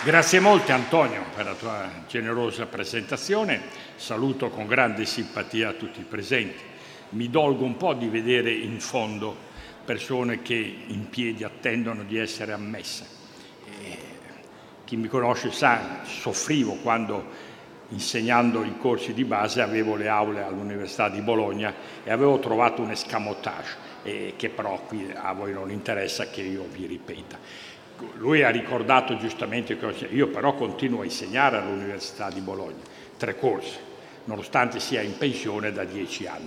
Grazie molte Antonio per la tua generosa presentazione, saluto con grande simpatia tutti i presenti. Mi dolgo un po' di vedere in fondo persone che in piedi attendono di essere ammesse. Chi mi conosce sa, soffrivo quando insegnando i corsi di base avevo le aule all'Università di Bologna e avevo trovato un escamotage che però qui a voi non interessa che io vi ripeta. Lui ha ricordato giustamente che io però continuo a insegnare all'Università di Bologna, 3 corsi, nonostante sia in pensione da 10 anni.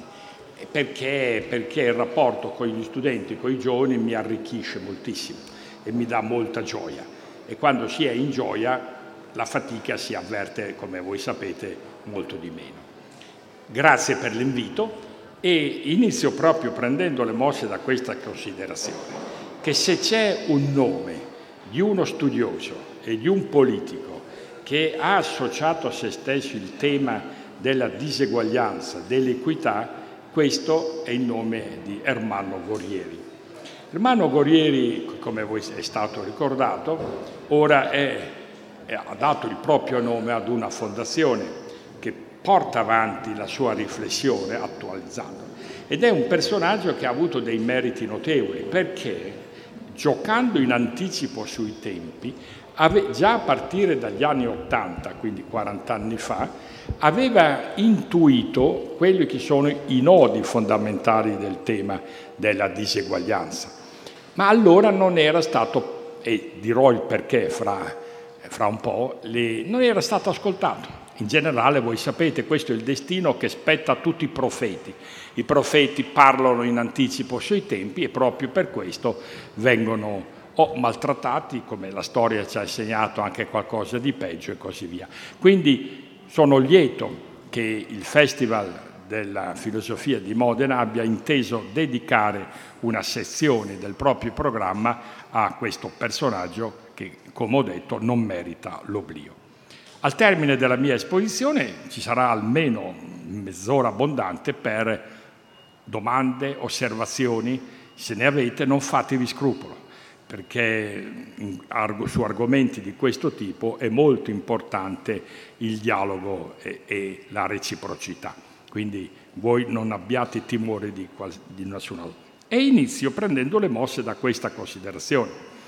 Perché il rapporto con gli studenti, con i giovani, mi arricchisce moltissimo e mi dà molta gioia. E quando si è in gioia, la fatica si avverte, come voi sapete, molto di meno. Grazie per l'invito e inizio proprio prendendo le mosse da questa considerazione, che se c'è un nome di uno studioso e di un politico che ha associato a se stesso il tema della diseguaglianza, dell'equità, questo è il nome di Ermanno Gorieri. Ermanno Gorieri, come voi è stato ricordato, ora ha dato il proprio nome ad una fondazione che porta avanti la sua riflessione attualizzando. Ed è un personaggio che ha avuto dei meriti notevoli perché, giocando in anticipo sui tempi, già a partire dagli anni '80, quindi 40 anni fa, aveva intuito quelli che sono i nodi fondamentali del tema della diseguaglianza. Ma allora non era stato, e dirò il perché fra un po', non era stato ascoltato. In generale, voi sapete, questo è il destino che spetta a tutti i profeti. I profeti parlano in anticipo sui tempi e proprio per questo vengono o maltrattati, come la storia ci ha insegnato, anche qualcosa di peggio e così via. Quindi sono lieto che il Festival della Filosofia di Modena abbia inteso dedicare una sezione del proprio programma a questo personaggio che, come ho detto, non merita l'oblio. Al termine della mia esposizione ci sarà almeno mezz'ora abbondante per domande, osservazioni. Se ne avete, non fatevi scrupolo, perché su argomenti di questo tipo è molto importante il dialogo e la reciprocità. Quindi voi non abbiate timore di nessuna. E inizio prendendo le mosse da questa considerazione.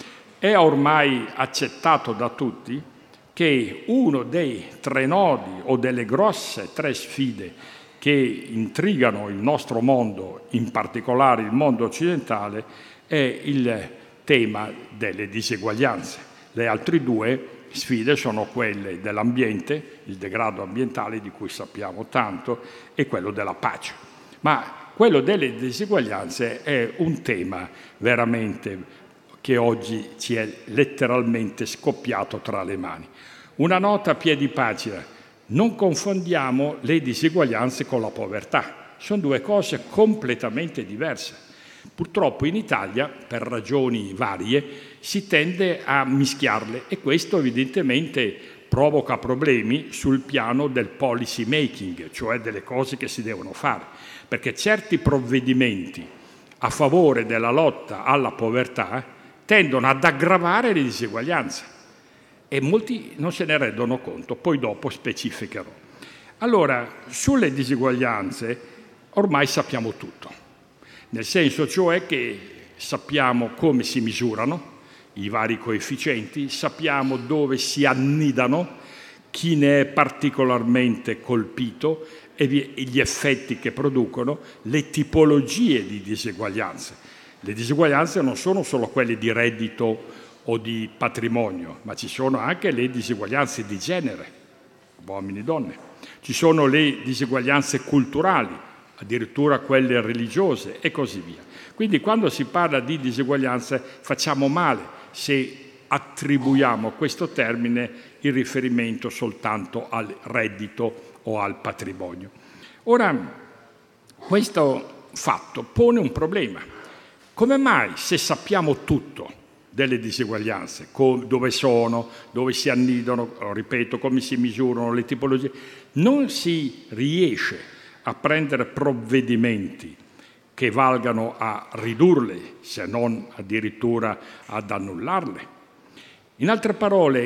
È ormai accettato da tutti che uno dei 3 nodi o delle grosse 3 sfide che intrigano il nostro mondo, in particolare il mondo occidentale, è il tema delle diseguaglianze. Le altre 2 sfide sono quelle dell'ambiente, il degrado ambientale di cui sappiamo tanto, e quello della pace. Ma quello delle diseguaglianze è un tema veramente che oggi ci è letteralmente scoppiato tra le mani. Una nota a piedi pagina: non confondiamo le diseguaglianze con la povertà, sono 2 cose completamente diverse. Purtroppo in Italia, per ragioni varie, si tende a mischiarle e questo evidentemente provoca problemi sul piano del policy making, cioè delle cose che si devono fare, perché certi provvedimenti a favore della lotta alla povertà tendono ad aggravare le diseguaglianze e molti non se ne rendono conto, poi dopo specificherò. Allora, sulle diseguaglianze ormai sappiamo tutto, nel senso cioè che sappiamo come si misurano i vari coefficienti, sappiamo dove si annidano, chi ne è particolarmente colpito e gli effetti che producono, le tipologie di diseguaglianze. Le diseguaglianze non sono solo quelle di reddito o di patrimonio, ma ci sono anche le diseguaglianze di genere, uomini e donne. Ci sono le diseguaglianze culturali, addirittura quelle religiose e così via. Quindi quando si parla di diseguaglianze facciamo male se attribuiamo a questo termine il riferimento soltanto al reddito o al patrimonio. Ora, questo fatto pone un problema. Come mai, se sappiamo tutto delle diseguaglianze, dove sono, dove si annidano, ripeto, come si misurano, le tipologie, non si riesce a prendere provvedimenti che valgano a ridurle, se non addirittura ad annullarle? In altre parole,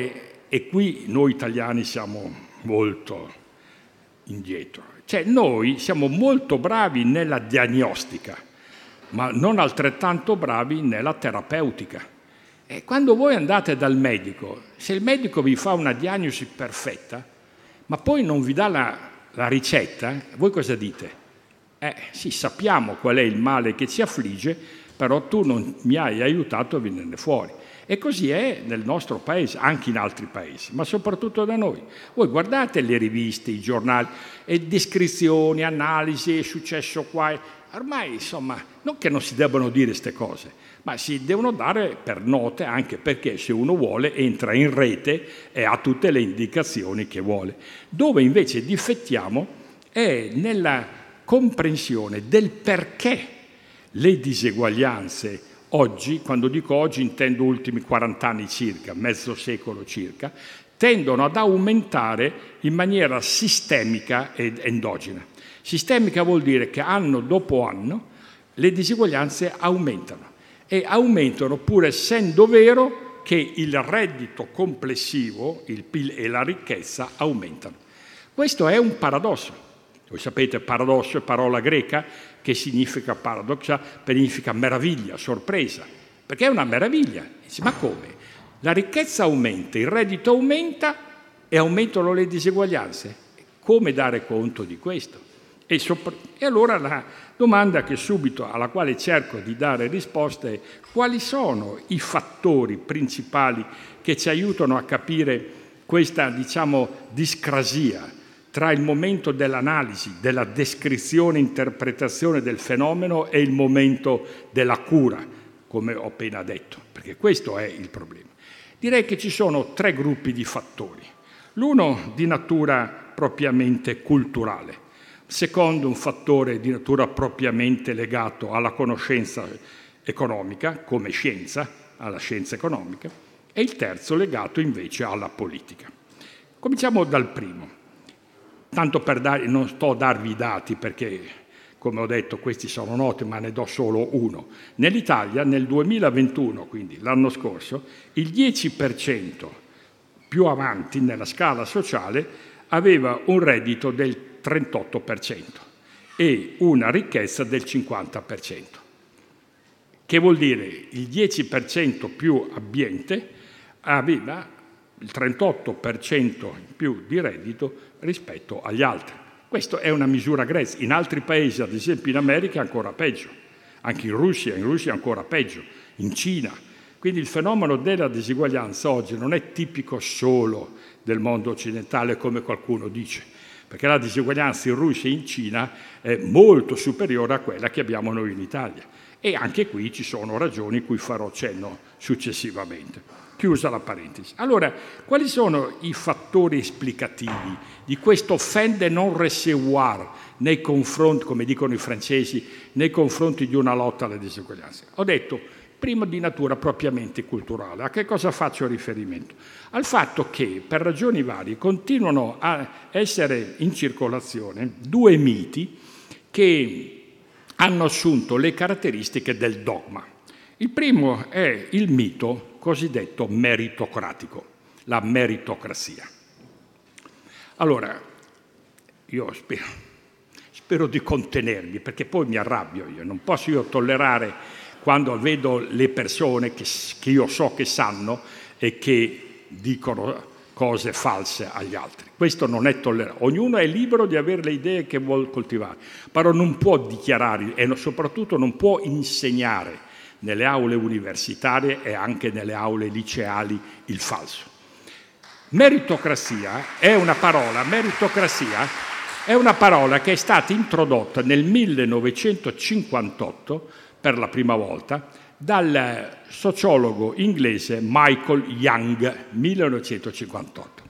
E qui noi italiani siamo molto indietro. Cioè noi siamo molto bravi nella diagnostica, ma non altrettanto bravi nella terapeutica. E quando voi andate dal medico, se il medico vi fa una diagnosi perfetta, ma poi non vi dà la ricetta, voi cosa dite? Sì, sappiamo qual è il male che ci affligge, però tu non mi hai aiutato a venirne fuori. E così è nel nostro paese, anche in altri paesi, ma soprattutto da noi. Voi guardate le riviste, i giornali, e descrizioni, analisi, è successo qua. Ormai, insomma, non che non si debbano dire queste cose, ma si devono dare per note, anche perché se uno vuole entra in rete e ha tutte le indicazioni che vuole. Dove invece difettiamo è nella comprensione del perché le diseguaglianze oggi, quando dico oggi intendo ultimi 40 anni circa, mezzo secolo circa, tendono ad aumentare in maniera sistemica ed endogena. Sistemica vuol dire che anno dopo anno le diseguaglianze aumentano e aumentano pur essendo vero che il reddito complessivo, il PIL e la ricchezza aumentano. Questo è un paradosso. Voi sapete, paradosso è parola greca che significa paradoxa, significa meraviglia, sorpresa, perché è una meraviglia. Dice, ma come? La ricchezza aumenta, il reddito aumenta e aumentano le diseguaglianze. Come dare conto di questo? E allora la domanda alla quale cerco di dare risposte è: quali sono i fattori principali che ci aiutano a capire questa, discrasia tra il momento dell'analisi, della descrizione e interpretazione del fenomeno e il momento della cura, come ho appena detto, perché questo è il problema. Direi che ci sono 3 gruppi di fattori. L'uno di natura propriamente culturale, secondo un fattore di natura propriamente legato alla conoscenza economica, come scienza, alla scienza economica, e il terzo legato invece alla politica. Cominciamo dal primo. Tanto non sto a darvi i dati perché, come ho detto, questi sono noti, ma ne do solo uno. Nell'Italia, nel 2021, quindi l'anno scorso, il 10% più avanti nella scala sociale aveva un reddito del 38% e una ricchezza del 50%. Che vuol dire? Il 10% più abbiente aveva il 38% in più di reddito rispetto agli altri. Questa è una misura grezza. In altri paesi, ad esempio in America, è ancora peggio. Anche in Russia è ancora peggio. In Cina. Quindi il fenomeno della diseguaglianza oggi non è tipico solo del mondo occidentale, come qualcuno dice, perché la diseguaglianza in Russia e in Cina è molto superiore a quella che abbiamo noi in Italia. E anche qui ci sono ragioni cui farò cenno successivamente. Chiusa la parentesi. Allora, quali sono i fattori esplicativi di questo fin de non recevoir nei confronti, come dicono i francesi, nei confronti di una lotta alle diseguaglianze? Ho detto, primo di natura propriamente culturale. A che cosa faccio riferimento? Al fatto che, per ragioni varie, continuano a essere in circolazione 2 miti che hanno assunto le caratteristiche del dogma. Il primo è il mito cosiddetto meritocratico, la meritocrazia. Allora, io spero di contenermi, perché poi mi arrabbio io. Non posso io tollerare quando vedo le persone che io so che sanno e che dicono cose false agli altri. Questo non è tollerabile. Ognuno è libero di avere le idee che vuol coltivare, però non può dichiarare e soprattutto non può insegnare nelle aule universitarie e anche nelle aule liceali il falso. Meritocrazia è una parola che è stata introdotta nel 1958 per la prima volta dal sociologo inglese Michael Young, 1958.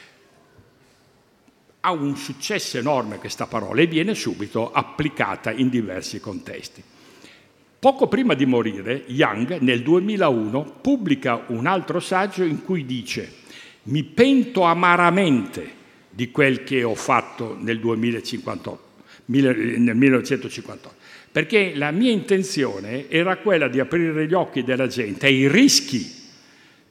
Ha un successo enorme questa parola e viene subito applicata in diversi contesti. Poco prima di morire, Young, nel 2001, pubblica un altro saggio in cui dice: «Mi pento amaramente di quel che ho fatto nel 1958, perché la mia intenzione era quella di aprire gli occhi della gente ai rischi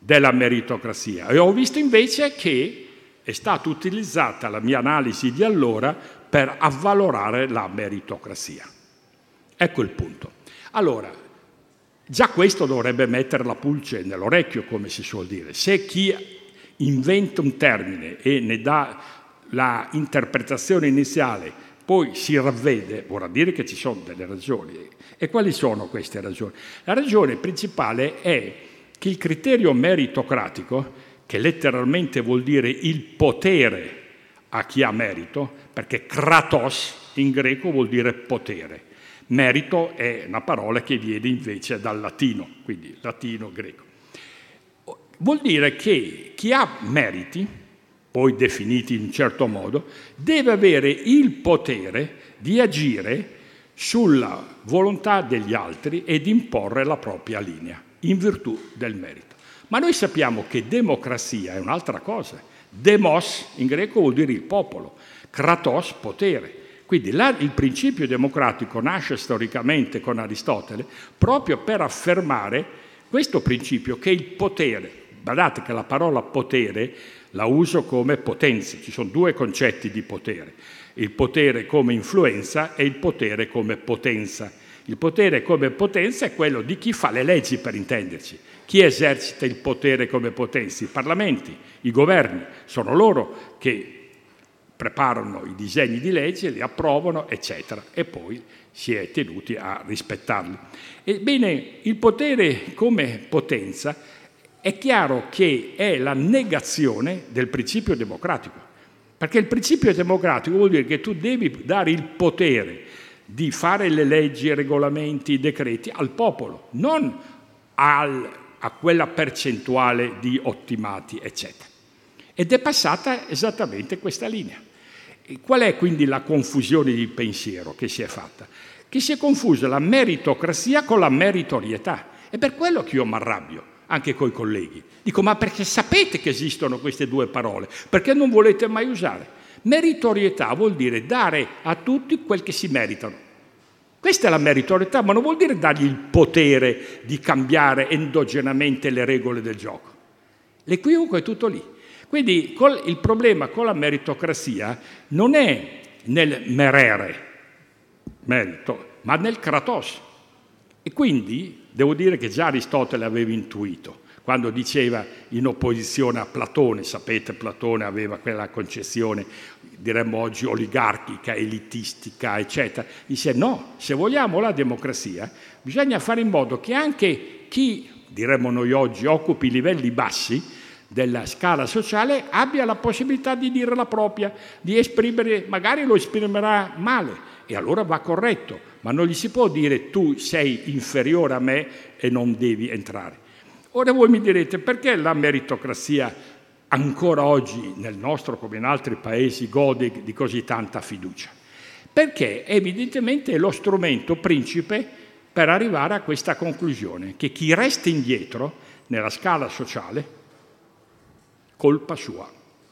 della meritocrazia, e ho visto invece che è stata utilizzata la mia analisi di allora per avvalorare la meritocrazia. Ecco il punto. Allora, già questo dovrebbe mettere la pulce nell'orecchio, come si suol dire. Se chi inventa un termine e ne dà la interpretazione iniziale, poi si ravvede, vorrà dire che ci sono delle ragioni. E quali sono queste ragioni? La ragione principale è che il criterio meritocratico, che letteralmente vuol dire il potere a chi ha merito, perché kratos in greco vuol dire potere. Merito è una parola che viene invece dal latino, quindi latino-greco. Vuol dire che chi ha meriti, poi definiti in un certo modo, deve avere il potere di agire sulla volontà degli altri e di imporre la propria linea, in virtù del merito. Ma noi sappiamo che democrazia è un'altra cosa. Demos in greco vuol dire il popolo, kratos potere. Quindi il principio democratico nasce storicamente con Aristotele proprio per affermare questo principio, che il potere, guardate che la parola potere la uso come potenza, ci sono due concetti di potere, il potere come influenza e il potere come potenza. Il potere come potenza è quello di chi fa le leggi, per intenderci. Chi esercita il potere come potenza? I parlamenti, i governi, sono loro che preparano i disegni di legge, li approvano, eccetera, e poi si è tenuti a rispettarli. Ebbene, il potere come potenza è chiaro che è la negazione del principio democratico, perché il principio democratico vuol dire che tu devi dare il potere di fare le leggi, i regolamenti, i decreti al popolo, non a quella percentuale di ottimati, eccetera. Ed è passata esattamente questa linea. E qual è quindi la confusione di pensiero che si è fatta? Che si è confusa la meritocrazia con la meritorietà. È per quello che io mi arrabbio, anche coi colleghi. Dico, ma perché sapete che esistono queste due parole? Perché non volete mai usare? Meritorietà vuol dire dare a tutti quel che si meritano. Questa è la meritorietà, ma non vuol dire dargli il potere di cambiare endogenamente le regole del gioco. L'equivoco è tutto lì. Quindi il problema con la meritocrazia non è nel merito, ma nel kratos. E quindi devo dire che già Aristotele aveva intuito, quando diceva in opposizione a Platone, sapete Platone aveva quella concezione, diremmo oggi oligarchica, elitistica, eccetera, dice no, se vogliamo la democrazia bisogna fare in modo che anche chi, diremmo noi oggi, occupi i livelli bassi della scala sociale abbia la possibilità di dire la propria, di esprimere, magari lo esprimerà male e allora va corretto, ma non gli si può dire tu sei inferiore a me e non devi entrare. Ora voi mi direte perché la meritocrazia ancora oggi nel nostro come in altri paesi gode di così tanta fiducia? Perché evidentemente è lo strumento principe per arrivare a questa conclusione, che chi resta indietro nella scala sociale colpa sua.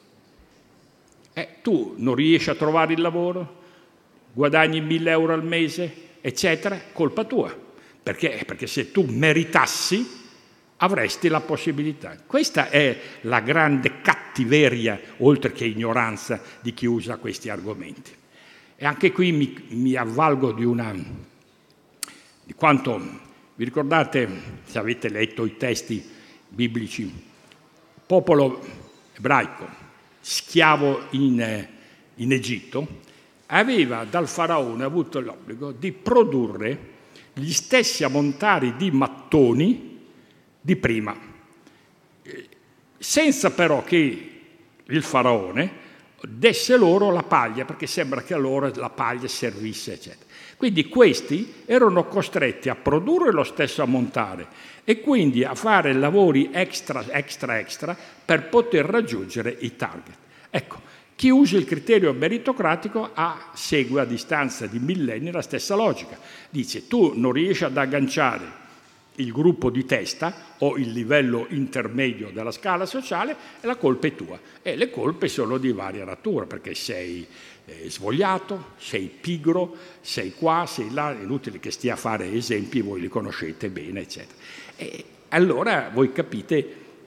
Tu non riesci a trovare il lavoro, guadagni 1.000 euro al mese, eccetera, colpa tua. Perché? Perché se tu meritassi avresti la possibilità. Questa è la grande cattiveria, oltre che ignoranza, di chi usa questi argomenti. E anche qui mi avvalgo di quanto, vi ricordate, se avete letto i testi biblici, popolo ebraico, schiavo in Egitto, aveva dal faraone avuto l'obbligo di produrre gli stessi ammontari di mattoni di prima, senza però che il faraone desse loro la paglia, perché sembra che a loro la paglia servisse, eccetera. Quindi questi erano costretti a produrre lo stesso ammontare e quindi a fare lavori extra per poter raggiungere i target. Ecco, chi usa il criterio meritocratico segue a distanza di millenni la stessa logica. Dice, tu non riesci ad agganciare il gruppo di testa o il livello intermedio della scala sociale e la colpa è tua. E le colpe sono di varia natura, perché sei svogliato, sei pigro, sei qua, sei là, è inutile che stia a fare esempi, voi li conoscete bene, eccetera. E allora voi capite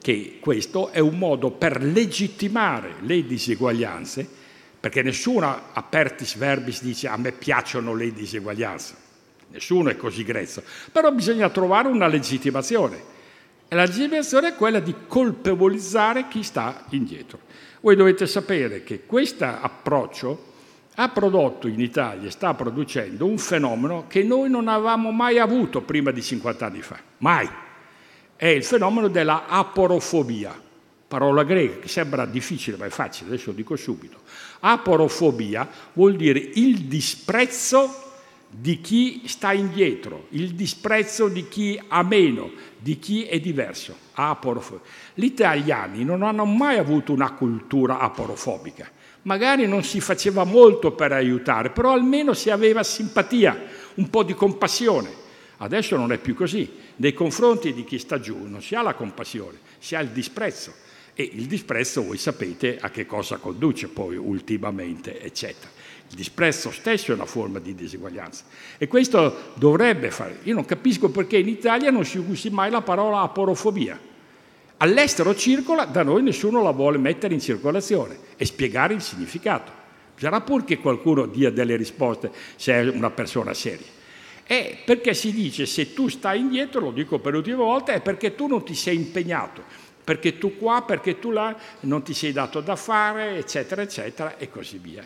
che questo è un modo per legittimare le diseguaglianze, perché nessuno apertis verbis dice a me piacciono le diseguaglianze, nessuno è così grezzo, però bisogna trovare una legittimazione, e la legittimazione è quella di colpevolizzare chi sta indietro. Voi dovete sapere che questo approccio ha prodotto in Italia, sta producendo un fenomeno che noi non avevamo mai avuto prima di 50 anni fa, mai. È il fenomeno della aporofobia, parola greca che sembra difficile ma è facile, adesso lo dico subito. Aporofobia vuol dire il disprezzo di chi sta indietro, il disprezzo di chi ha meno, di chi è diverso. Aporofobia. Gli italiani non hanno mai avuto una cultura aporofobica, magari non si faceva molto per aiutare, però almeno si aveva simpatia, un po' di compassione. Adesso non è più così. Nei confronti di chi sta giù non si ha la compassione, si ha il disprezzo. E il disprezzo, voi sapete, a che cosa conduce poi ultimamente, eccetera. Il disprezzo stesso è una forma di diseguaglianza. E questo dovrebbe fare. Io non capisco perché in Italia non si usi mai la parola aporofobia. All'estero circola, da noi nessuno la vuole mettere in circolazione e spiegare il significato. Sarà pur che qualcuno dia delle risposte se è una persona seria. È perché si dice se tu stai indietro, lo dico per l'ultima volta, è perché tu non ti sei impegnato, perché tu qua, perché tu là, non ti sei dato da fare, eccetera, eccetera, e così via.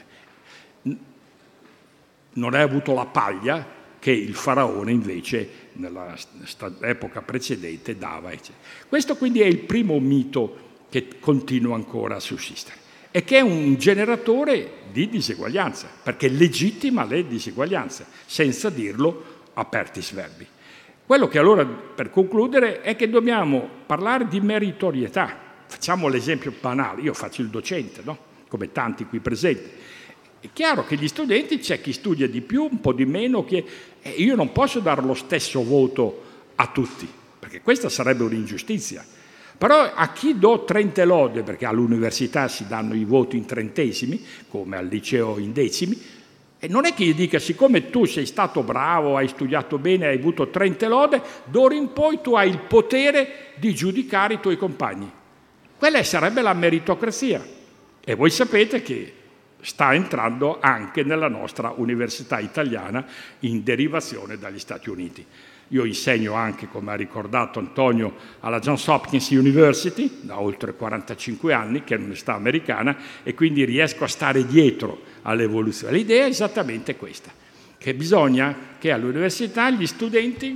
Non hai avuto la paglia che il faraone invece nella epoca precedente dava. Eccetera. Questo quindi è il primo mito che continua ancora a sussistere e che è un generatore di diseguaglianza, perché legittima le diseguaglianze, senza dirlo apertis verbi. Quello che allora, per concludere, è che dobbiamo parlare di meritorietà. Facciamo l'esempio banale, io faccio il docente, no? Come tanti qui presenti. È chiaro che gli studenti, c'è chi studia di più, un po' di meno, io non posso dare lo stesso voto a tutti, perché questa sarebbe un'ingiustizia. Però a chi do 30 lode, perché all'università si danno i voti in trentesimi, come al liceo in decimi, e non è che gli dica, siccome tu sei stato bravo, hai studiato bene, hai avuto 30 lode, d'ora in poi tu hai il potere di giudicare i tuoi compagni. Quella sarebbe la meritocrazia. E voi sapete che sta entrando anche nella nostra università italiana in derivazione dagli Stati Uniti. Io insegno anche, come ha ricordato Antonio, alla Johns Hopkins University da oltre 45 anni, che è un'università americana, e quindi riesco a stare dietro all'evoluzione. L'idea è esattamente questa, che bisogna che all'università gli studenti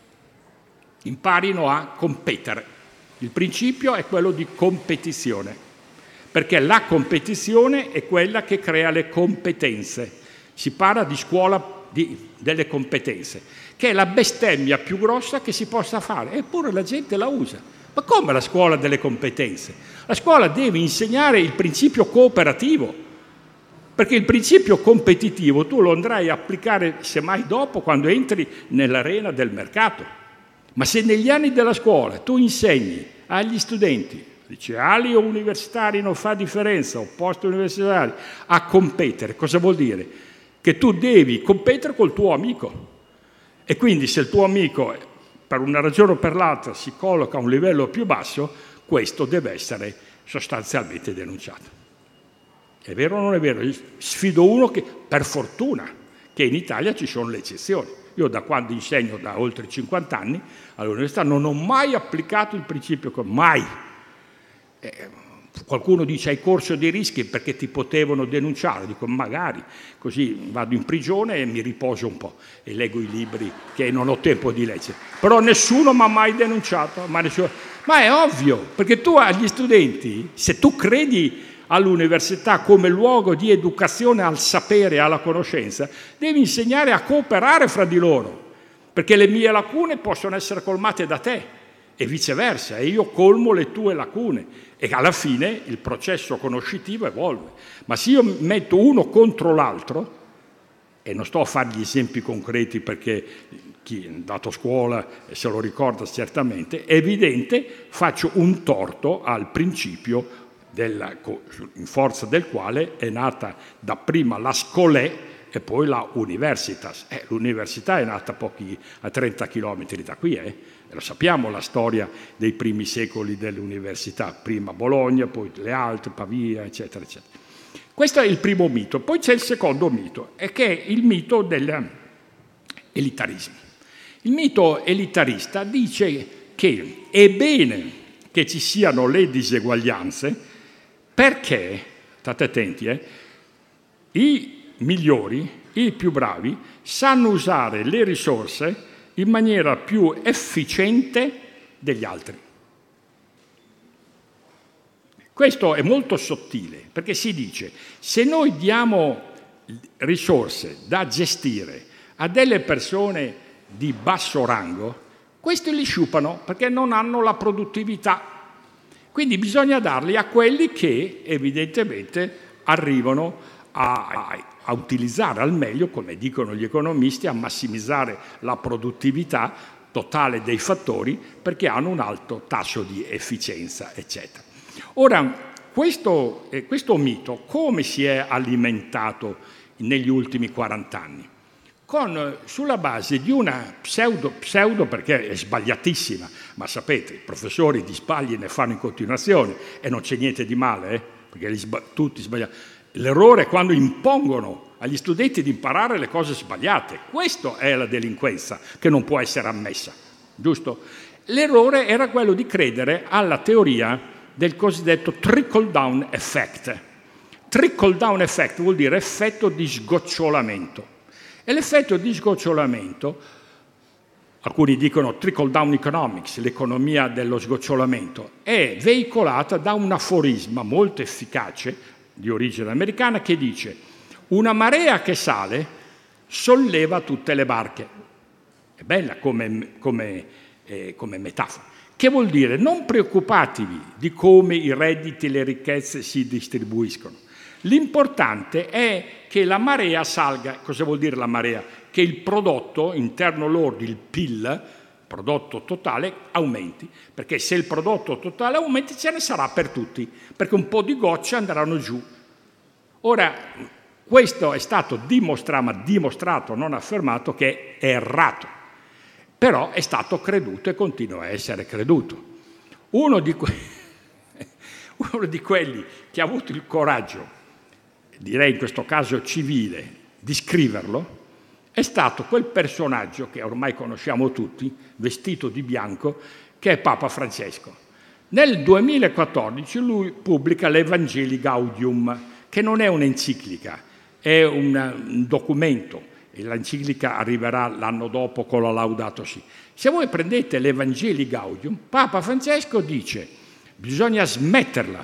imparino a competere. Il principio è quello di competizione, perché la competizione è quella che crea le competenze. Si parla di scuola delle competenze, che è la bestemmia più grossa che si possa fare, eppure la gente la usa. Ma come la scuola delle competenze? La scuola deve insegnare il principio cooperativo, perché il principio competitivo tu lo andrai a applicare semmai dopo, quando entri nell'arena del mercato. Ma se negli anni della scuola tu insegni agli studenti, liceali o universitari non fa differenza, o post-universitari, a competere, cosa vuol dire? Che tu devi competere col tuo amico. E quindi se il tuo amico, per una ragione o per l'altra, si colloca a un livello più basso, questo deve essere sostanzialmente denunciato. È vero o non è vero? Io sfido uno che, per fortuna, che in Italia ci sono le eccezioni. Io da quando insegno, da oltre 50 anni, all'università non ho mai applicato il principio, mai. Qualcuno dice hai corso dei rischi perché ti potevano denunciare, dico magari, così vado in prigione e mi riposo un po' e leggo i libri che non ho tempo di leggere, però nessuno mi ha mai denunciato, ma è ovvio, perché tu agli studenti, se tu credi all'università come luogo di educazione al sapere e alla conoscenza, devi insegnare a cooperare fra di loro, perché le mie lacune possono essere colmate da te e viceversa, e io colmo le tue lacune, e alla fine il processo conoscitivo evolve. Ma se io metto uno contro l'altro, e non sto a fare gli esempi concreti perché chi è andato a scuola se lo ricorda certamente, è evidente, faccio un torto al principio in forza del quale è nata dapprima la scolè e poi la Universitas. L'università è nata a 30 chilometri da qui, lo sappiamo la storia dei primi secoli dell'università, prima Bologna, poi le altre, Pavia, eccetera, eccetera. Questo è il primo mito. Poi c'è il secondo mito, che è il mito dell'elitarismo. Il mito elitarista dice che è bene che ci siano le diseguaglianze perché, state attenti, i migliori, i più bravi, sanno usare le risorse in maniera più efficiente degli altri. Questo è molto sottile, perché si dice, se noi diamo risorse da gestire a delle persone di basso rango, questi li sciupano perché non hanno la produttività. Quindi bisogna darli a quelli che evidentemente arrivano a utilizzare al meglio, come dicono gli economisti, a massimizzare la produttività totale dei fattori perché hanno un alto tasso di efficienza, eccetera. Ora, questo mito come si è alimentato negli ultimi 40 anni? Sulla base di una pseudo perché è sbagliatissima, ma sapete, i professori di sbagli ne fanno in continuazione e non c'è niente di male, perché tutti sbagliano. L'errore è quando impongono agli studenti di imparare le cose sbagliate. Questa è la delinquenza che non può essere ammessa, giusto? L'errore era quello di credere alla teoria del cosiddetto trickle-down effect. Trickle-down effect vuol dire effetto di sgocciolamento. E l'effetto di sgocciolamento, alcuni dicono trickle-down economics, l'economia dello sgocciolamento, è veicolata da un aforisma molto efficace di origine americana che dice: una marea che sale solleva tutte le barche. È bella come metafora. Che vuol dire? Non preoccupatevi di come i redditi e le ricchezze si distribuiscono. L'importante è che la marea salga. Cosa vuol dire la marea? Che il prodotto interno lordo, il PIL, prodotto totale, aumenti. Perché se il prodotto totale aumenta, ce ne sarà per tutti, perché un po' di gocce andranno giù. Ora, questo è stato dimostrato, non affermato, che è errato. Però è stato creduto e continua a essere creduto. Uno di quelli che ha avuto il coraggio, direi in questo caso civile, di scriverlo, è stato quel personaggio che ormai conosciamo tutti, vestito di bianco, che è Papa Francesco. Nel 2014 lui pubblica l'Evangelii Gaudium, che non è un'enciclica, è un documento, e l'enciclica arriverà l'anno dopo con la Laudato Si. Se voi prendete l'Evangelii Gaudium, Papa Francesco dice: bisogna smetterla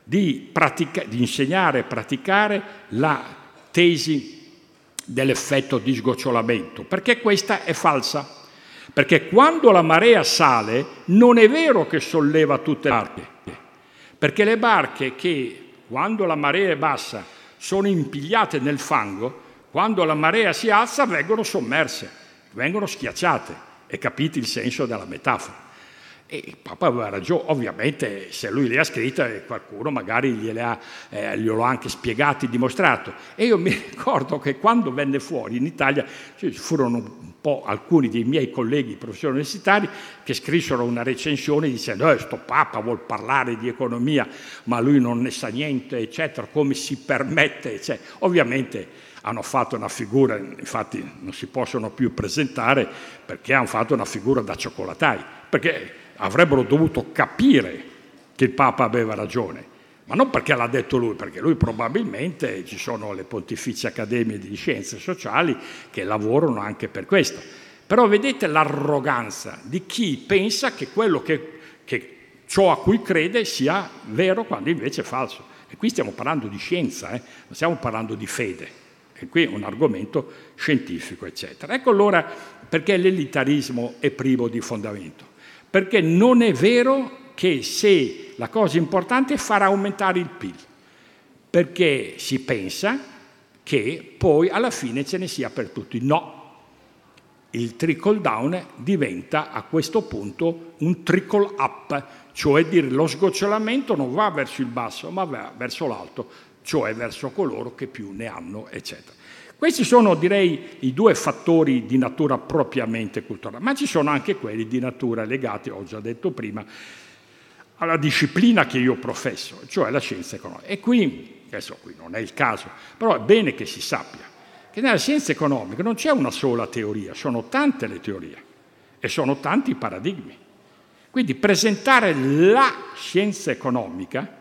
di insegnare e praticare la tesi dell'effetto di sgocciolamento, perché questa è falsa. Perché quando la marea sale non è vero che solleva tutte le barche, perché le barche che quando la marea è bassa sono impigliate nel fango, quando la marea si alza vengono sommerse, vengono schiacciate. E capite il senso della metafora. E il Papa aveva ragione, ovviamente se lui le ha scritte qualcuno magari glielo ha anche spiegato e dimostrato. E io mi ricordo che quando venne fuori in Italia ci furono un po' alcuni dei miei colleghi professori universitari che scrissero una recensione dicendo sto Papa vuol parlare di economia ma lui non ne sa niente, eccetera, come si permette, eccetera. Ovviamente hanno fatto una figura, infatti non si possono più presentare perché hanno fatto una figura da cioccolatai, perché avrebbero dovuto capire che il Papa aveva ragione, ma non perché l'ha detto lui, perché lui probabilmente ci sono le Pontificie Accademie di Scienze Sociali che lavorano anche per questo. Però vedete l'arroganza di chi pensa che quello che ciò a cui crede sia vero quando invece è falso. E qui stiamo parlando di scienza, non stiamo parlando di fede. E qui è un argomento scientifico, eccetera. Ecco allora perché l'elitarismo è privo di fondamento. Perché non è vero che se la cosa importante è far aumentare il PIL, perché si pensa che poi alla fine ce ne sia per tutti. No, il trickle down diventa a questo punto un trickle up, cioè dire lo sgocciolamento non va verso il basso ma va verso l'alto, cioè verso coloro che più ne hanno, eccetera. Questi sono, direi, i due fattori di natura propriamente culturale, ma ci sono anche quelli di natura legati, ho già detto prima, alla disciplina che io professo, cioè la scienza economica. E qui, adesso qui non è il caso, però è bene che si sappia che nella scienza economica non c'è una sola teoria, sono tante le teorie e sono tanti i paradigmi. Quindi presentare la scienza economica,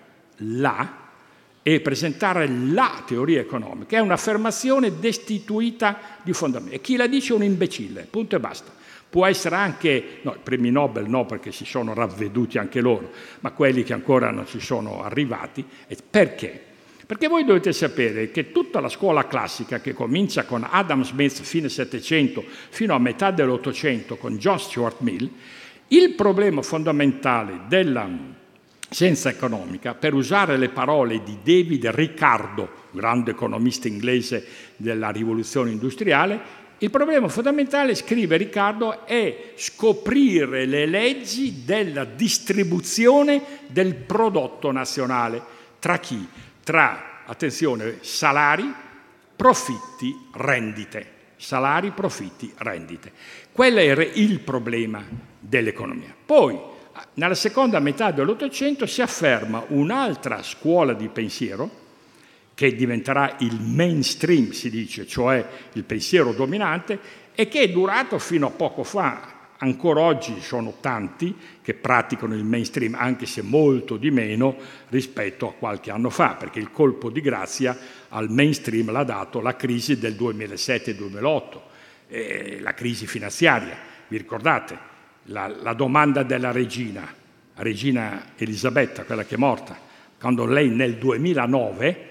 e presentare la teoria economica è un'affermazione destituita di fondamento. E chi la dice è un imbecille, punto e basta. Può essere anche, no, i premi Nobel no, perché si sono ravveduti anche loro, ma quelli che ancora non ci sono arrivati. Perché? Perché voi dovete sapere che tutta la scuola classica, che comincia con Adam Smith fine Settecento fino a metà dell'Ottocento con John Stuart Mill, il problema fondamentale della scienza economica, per usare le parole di David Ricardo, grande economista inglese della rivoluzione industriale, il problema fondamentale, scrive Ricardo, è scoprire le leggi della distribuzione del prodotto nazionale. Tra chi? Tra, attenzione, salari, profitti, rendite. Salari, profitti, rendite. Quello era il problema dell'economia. Poi, nella seconda metà dell'Ottocento si afferma un'altra scuola di pensiero che diventerà il mainstream, si dice, cioè il pensiero dominante, e che è durato fino a poco fa. Ancora oggi sono tanti che praticano il mainstream, anche se molto di meno rispetto a qualche anno fa, perché il colpo di grazia al mainstream l'ha dato la crisi del 2007-2008, la crisi finanziaria. Vi ricordate? La domanda della regina Elisabetta, quella che è morta, quando lei nel 2009,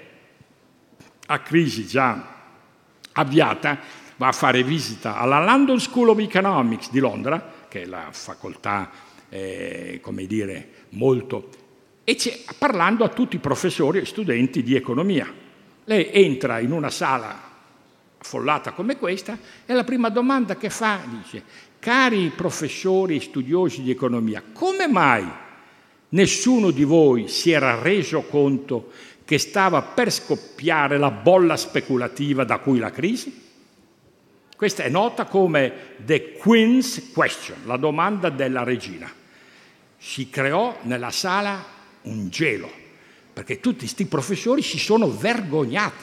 a crisi già avviata, va a fare visita alla London School of Economics di Londra, che è la facoltà, come dire, molto, e parlando a tutti i professori e studenti di economia. Lei entra in una sala affollata come questa e la prima domanda che fa dice: cari professori e studiosi di economia, come mai nessuno di voi si era reso conto che stava per scoppiare la bolla speculativa da cui la crisi? Questa è nota come The Queen's Question, la domanda della regina. Si creò nella sala un gelo, perché tutti questi professori si sono vergognati,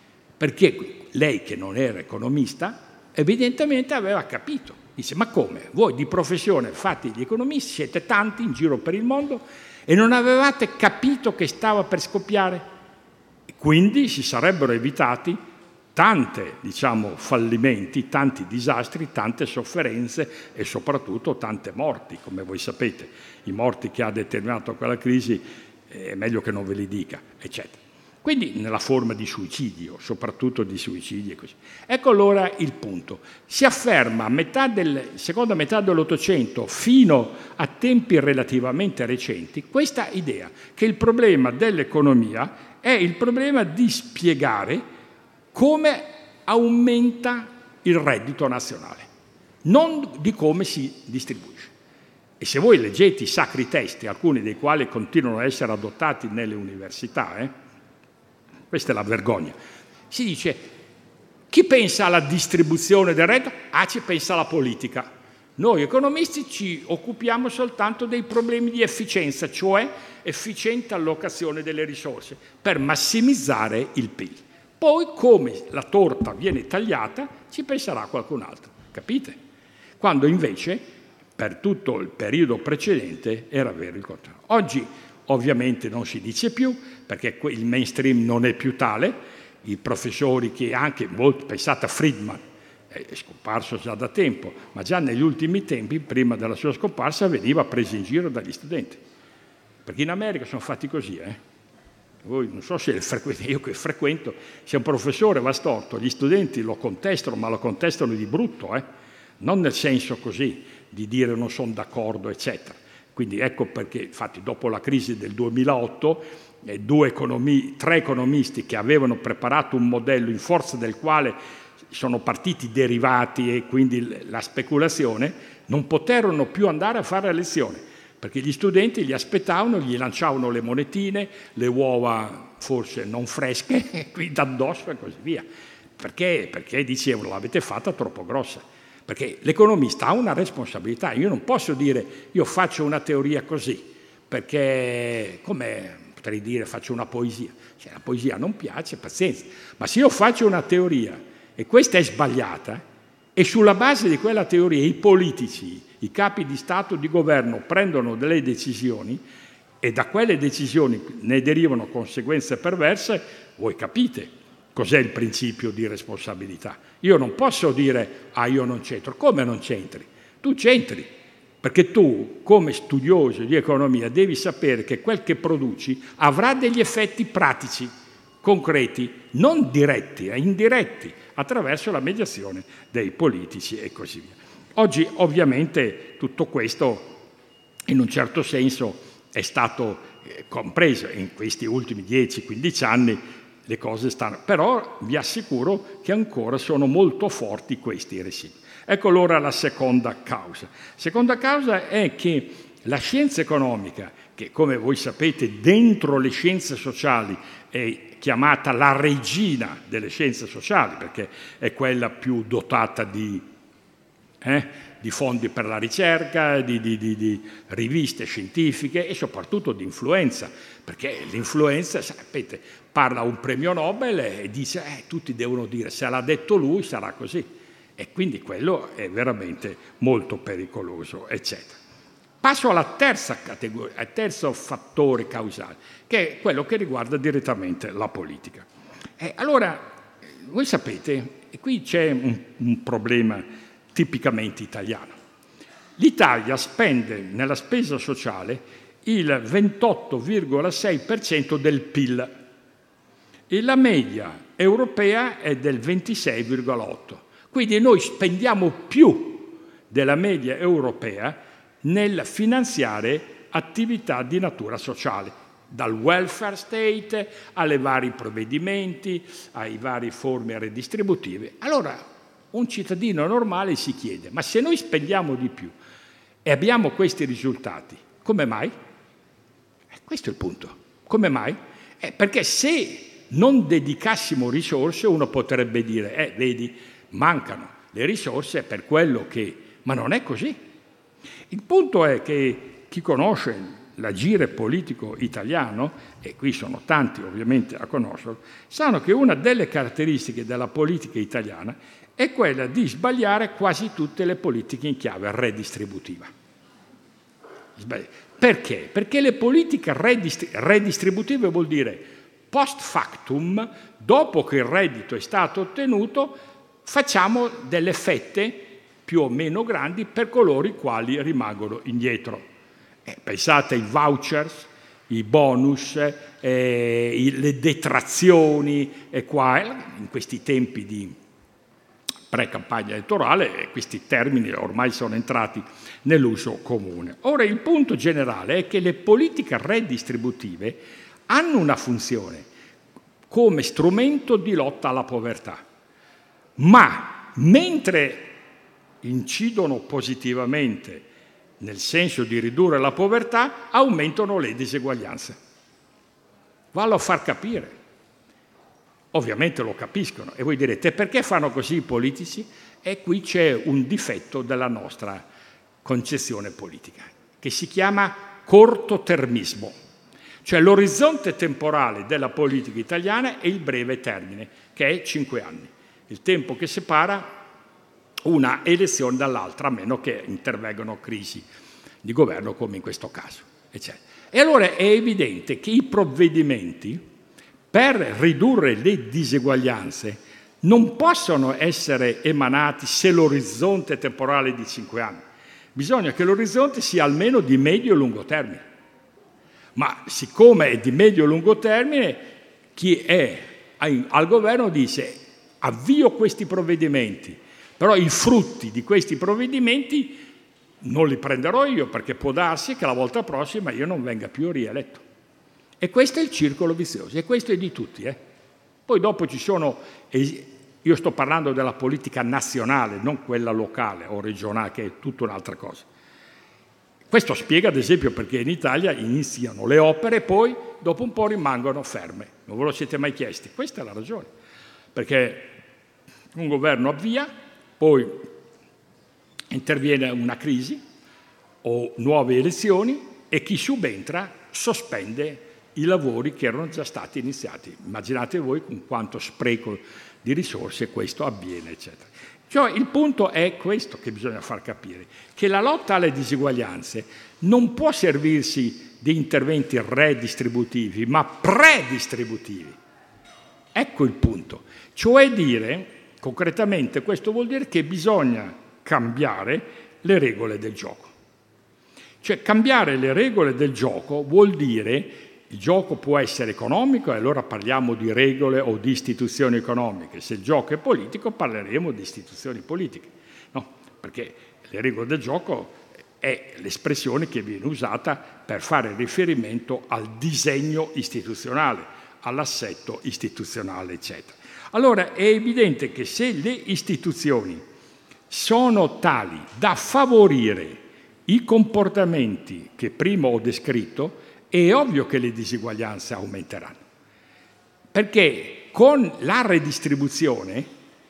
perché lei, che non era economista, evidentemente aveva capito. Dice: ma come? Voi di professione fate gli economisti, siete tanti in giro per il mondo e non avevate capito che stava per scoppiare? Quindi si sarebbero evitati tante, fallimenti, tanti disastri, tante sofferenze e soprattutto tante morti, come voi sapete. I morti che ha determinato quella crisi è meglio che non ve li dica, eccetera. Quindi nella forma di suicidio, soprattutto di suicidi e così. Ecco allora il punto. Si afferma a seconda metà dell'Ottocento fino a tempi relativamente recenti questa idea che il problema dell'economia è il problema di spiegare come aumenta il reddito nazionale, non di come si distribuisce. E se voi leggete i sacri testi, alcuni dei quali continuano a essere adottati nelle università, questa è la vergogna, si dice: chi pensa alla distribuzione del reddito? Ci pensa la politica. Noi economisti ci occupiamo soltanto dei problemi di efficienza, cioè efficiente allocazione delle risorse, per massimizzare il PIL. Poi, come la torta viene tagliata, ci penserà qualcun altro, capite? Quando invece, per tutto il periodo precedente, era vero il contrario. Oggi, ovviamente, non si dice più, perché il mainstream non è più tale. I professori che anche, pensate a Friedman, è scomparso già da tempo, ma già negli ultimi tempi, prima della sua scomparsa, veniva preso in giro dagli studenti. Perché in America sono fatti così, Voi non so se io che frequento, se un professore va storto, gli studenti lo contestano, ma lo contestano di brutto, non nel senso così di dire non sono d'accordo, eccetera. Quindi ecco perché, infatti, dopo la crisi del 2008, tre economisti che avevano preparato un modello in forza del quale sono partiti i derivati e quindi la speculazione, non poterono più andare a fare lezioni, perché gli studenti li aspettavano, gli lanciavano le monetine, le uova forse non fresche, qui d'addosso e così via. Perché dicevano l'avete fatta troppo grossa. Perché l'economista ha una responsabilità. Io non posso dire io faccio una teoria così, perché come potrei dire faccio una poesia. Se la poesia non piace, pazienza. Ma se io faccio una teoria e questa è sbagliata, e sulla base di quella teoria i politici, i capi di Stato, di governo prendono delle decisioni e da quelle decisioni ne derivano conseguenze perverse, voi capite cos'è il principio di responsabilità. Io non posso dire io non c'entro. Come non c'entri? Tu c'entri, perché tu, come studioso di economia, devi sapere che quel che produci avrà degli effetti pratici, concreti, non diretti, indiretti, attraverso la mediazione dei politici e così via. Oggi, ovviamente, tutto questo, in un certo senso, è stato compreso in questi ultimi 10-15 anni. Le cose stanno, però vi assicuro che ancora sono molto forti questi residui. Ecco allora la seconda causa. La seconda causa è che la scienza economica, che come voi sapete dentro le scienze sociali è chiamata la regina delle scienze sociali, perché è quella più dotata di fondi per la ricerca, di riviste scientifiche e soprattutto di influenza, perché l'influenza, sapete, parla un premio Nobel e dice tutti devono dire se l'ha detto lui sarà così, e quindi quello è veramente molto pericoloso, eccetera. Passo alla terza categoria, al terzo fattore causale, che è quello che riguarda direttamente la politica. Allora, voi sapete, e qui c'è un problema tipicamente italiano. L'Italia spende nella spesa sociale il 28,6% del PIL e la media europea è del 26,8%. Quindi noi spendiamo più della media europea nel finanziare attività di natura sociale, dal welfare state alle vari provvedimenti, ai vari forme redistributive. Allora, un cittadino normale si chiede, ma se noi spendiamo di più e abbiamo questi risultati, come mai? Questo è il punto. Come mai? Perché se non dedicassimo risorse, uno potrebbe dire, vedi, mancano le risorse per quello che... Ma non è così. Il punto è che chi conosce l'agire politico italiano, e qui sono tanti ovviamente a conoscerlo, sanno che una delle caratteristiche della politica italiana è quella di sbagliare quasi tutte le politiche in chiave redistributiva. Perché? Perché le politiche redistributive vuol dire post factum, dopo che il reddito è stato ottenuto, facciamo delle fette più o meno grandi per coloro i quali rimangono indietro. Pensate ai vouchers, i bonus, le detrazioni, e qua in questi tempi di pre-campagna elettorale, questi termini ormai sono entrati nell'uso comune. Ora, il punto generale è che le politiche redistributive hanno una funzione come strumento di lotta alla povertà, ma mentre incidono positivamente nel senso di ridurre la povertà, aumentano le diseguaglianze. Vallo a far capire. Ovviamente lo capiscono e voi direte perché fanno così i politici? E qui c'è un difetto della nostra concezione politica che si chiama cortotermismo, cioè l'orizzonte temporale della politica italiana è il breve termine, che è 5 anni, il tempo che separa una elezione dall'altra, a meno che intervengano crisi di governo come in questo caso, eccetera. E allora è evidente che i provvedimenti per ridurre le diseguaglianze non possono essere emanati se l'orizzonte temporale è di 5 anni. Bisogna che l'orizzonte sia almeno di medio e lungo termine. Ma siccome è di medio e lungo termine, chi è al governo dice avvio questi provvedimenti, però i frutti di questi provvedimenti non li prenderò io perché può darsi che la volta prossima io non venga più rieletto. E questo è il circolo vizioso, e questo è di tutti. Poi dopo ci sono, io sto parlando della politica nazionale, non quella locale o regionale, che è tutta un'altra cosa. Questo spiega, ad esempio, perché in Italia iniziano le opere e poi dopo un po' rimangono ferme. Non ve lo siete mai chiesti? Questa è la ragione. Perché Un governo avvia, poi interviene una crisi o nuove elezioni e chi subentra sospende i lavori che erano già stati iniziati. Immaginate voi con quanto spreco di risorse questo avviene, eccetera. Cioè, il punto è questo che bisogna far capire, che la lotta alle disuguaglianze non può servirsi di interventi redistributivi, ma predistributivi. Ecco il punto. Cioè dire, concretamente, questo vuol dire che bisogna cambiare le regole del gioco. Cioè, cambiare le regole del gioco vuol dire il gioco può essere economico e allora parliamo di regole o di istituzioni economiche. Se il gioco è politico parleremo di istituzioni politiche, no? Perché le regole del gioco è l'espressione che viene usata per fare riferimento al disegno istituzionale, all'assetto istituzionale, eccetera. Allora è evidente che se le istituzioni sono tali da favorire i comportamenti che prima ho descritto, è ovvio che le disuguaglianze aumenteranno, perché con la redistribuzione,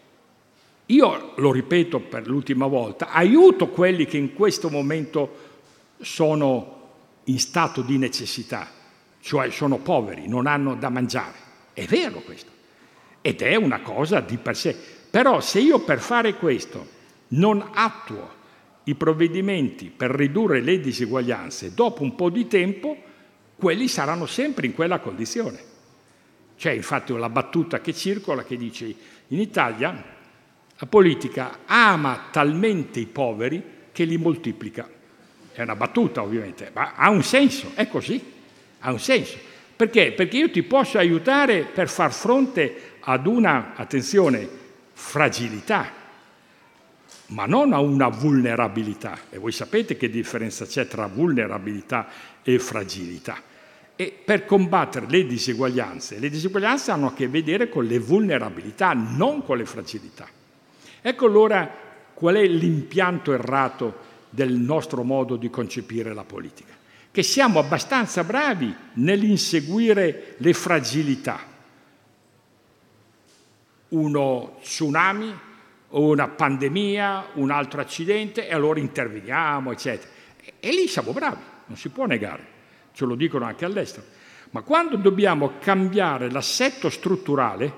io lo ripeto per l'ultima volta, aiuto quelli che in questo momento sono in stato di necessità, cioè sono poveri, non hanno da mangiare. È vero questo, ed è una cosa di per sé. Però se io per fare questo non attuo i provvedimenti per ridurre le disuguaglianze, dopo un po' di tempo quelli saranno sempre in quella condizione. C'è infatti una battuta che circola che dice: in Italia la politica ama talmente i poveri che li moltiplica. È una battuta ovviamente, ma ha un senso, è così, ha un senso. Perché? Perché io ti posso aiutare per far fronte ad una, attenzione, fragilità, ma non a una vulnerabilità. E voi sapete che differenza c'è tra vulnerabilità e fragilità. E per combattere le disuguaglianze hanno a che vedere con le vulnerabilità, non con le fragilità. Ecco allora qual è l'impianto errato del nostro modo di concepire la politica, che siamo abbastanza bravi nell'inseguire le fragilità. Uno tsunami, una pandemia, un altro accidente, e allora interveniamo, eccetera. E lì siamo bravi, non si può negare. Ce lo dicono anche all'estero. Ma quando dobbiamo cambiare l'assetto strutturale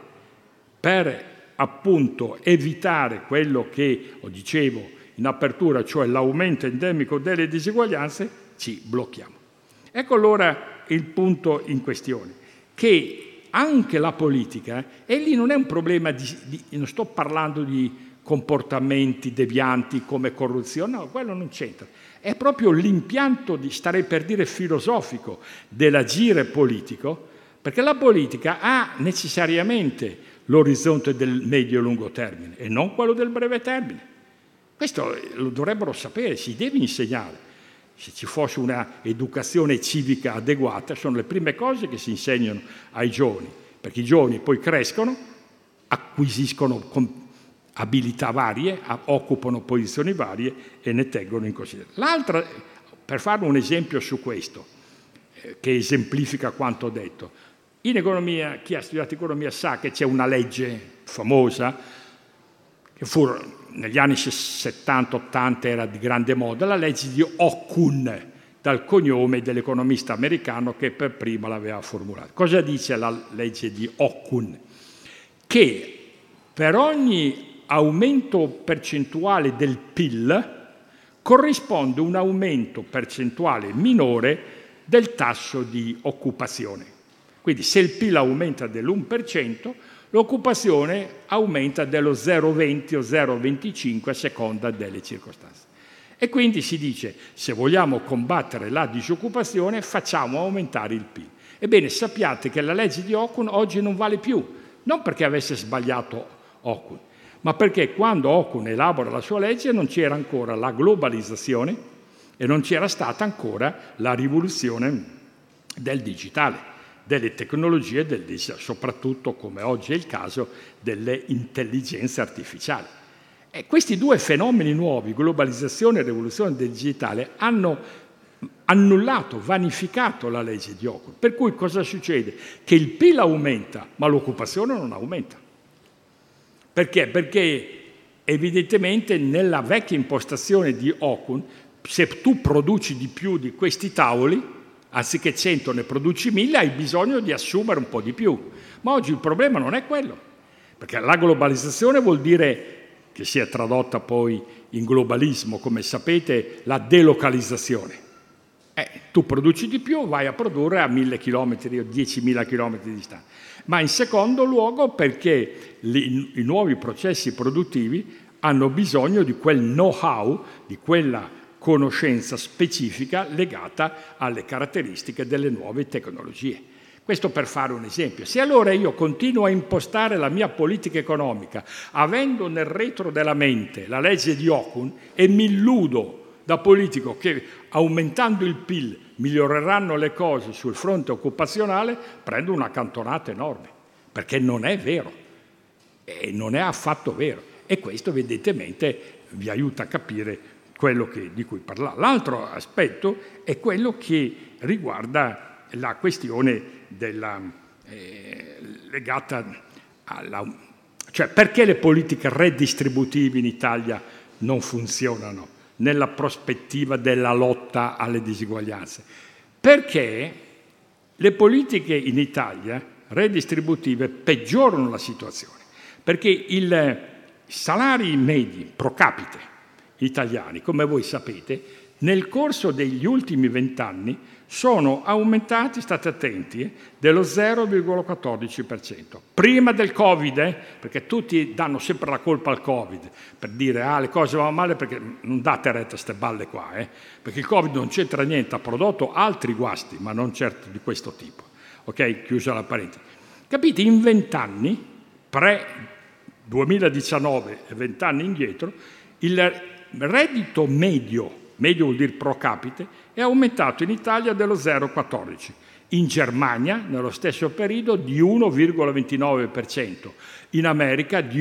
per appunto evitare quello che dicevo in apertura, cioè l'aumento endemico delle disuguaglianze, ci blocchiamo. Ecco allora il punto in questione, che anche la politica, e lì non è un problema non sto parlando di comportamenti devianti come corruzione, no, quello non c'entra. È proprio l'impianto, starei per dire filosofico, dell'agire politico, perché la politica ha necessariamente l'orizzonte del medio e lungo termine e non quello del breve termine. Questo lo dovrebbero sapere, si deve insegnare. Se ci fosse una educazione civica adeguata, sono le prime cose che si insegnano ai giovani, perché i giovani poi crescono, acquisiscono abilità varie, occupano posizioni varie e ne tengono in considerazione. L'altra, per fare un esempio su questo, che esemplifica quanto ho detto, in economia, chi ha studiato economia sa che c'è una legge famosa, che negli anni 70-80 era di grande moda, la legge di Occun, dal cognome dell'economista americano che per prima l'aveva formulata. Cosa dice la legge di Occun? Che per ogni aumento percentuale del PIL corrisponde un aumento percentuale minore del tasso di occupazione. Quindi se il PIL aumenta dell'1%, l'occupazione aumenta dello 0,20 o 0,25 a seconda delle circostanze. E quindi si dice, se vogliamo combattere la disoccupazione, facciamo aumentare il PIL. Ebbene, sappiate che la legge di Occun oggi non vale più, non perché avesse sbagliato Occun, ma perché quando Occun elabora la sua legge non c'era ancora la globalizzazione e non c'era stata ancora la rivoluzione del digitale, delle tecnologie, soprattutto, come oggi è il caso, delle intelligenze artificiali. E questi due fenomeni nuovi, globalizzazione e rivoluzione del digitale, hanno annullato, vanificato la legge di Occun. Per cui cosa succede? Che il PIL aumenta, ma l'occupazione non aumenta. Perché? Perché evidentemente nella vecchia impostazione di Okun, se tu produci di più di questi tavoli, anziché 100 ne produci 1000, hai bisogno di assumere un po' di più. Ma oggi il problema non è quello, perché la globalizzazione vuol dire, che si è tradotta poi in globalismo, come sapete, la delocalizzazione. Tu produci di più, vai a produrre a 1000 chilometri o 10.000 chilometri di distanza. Ma in secondo luogo perché i nuovi processi produttivi hanno bisogno di quel know-how, di quella conoscenza specifica legata alle caratteristiche delle nuove tecnologie. Questo per fare un esempio. Se allora io continuo a impostare la mia politica economica avendo nel retro della mente la legge di Okun e mi illudo da politico che aumentando il PIL miglioreranno le cose sul fronte occupazionale, prendo una cantonata enorme, perché non è vero, e non è affatto vero. E questo evidentemente vi aiuta a capire quello di cui parlavo. L'altro aspetto è quello che riguarda la questione legata cioè perché le politiche redistributive in Italia non funzionano nella prospettiva della lotta alle disuguaglianze? Perché le politiche in Italia redistributive peggiorano la situazione, perché i salari medi pro capite italiani, come voi sapete, nel corso degli ultimi 20 anni sono aumentati, state attenti, dello 0,14%. Prima del Covid, perché tutti danno sempre la colpa al Covid, per dire le cose vanno male, perché non date retta a queste balle qua, perché il Covid non c'entra niente, ha prodotto altri guasti, ma non certo di questo tipo. Ok? Chiusa la parentesi. Capite? In 20 anni, pre-2019 e 20 anni indietro, il reddito medio vuol dire pro capite, è aumentato in Italia dello 0,14%, in Germania nello stesso periodo di 1,29%, in America di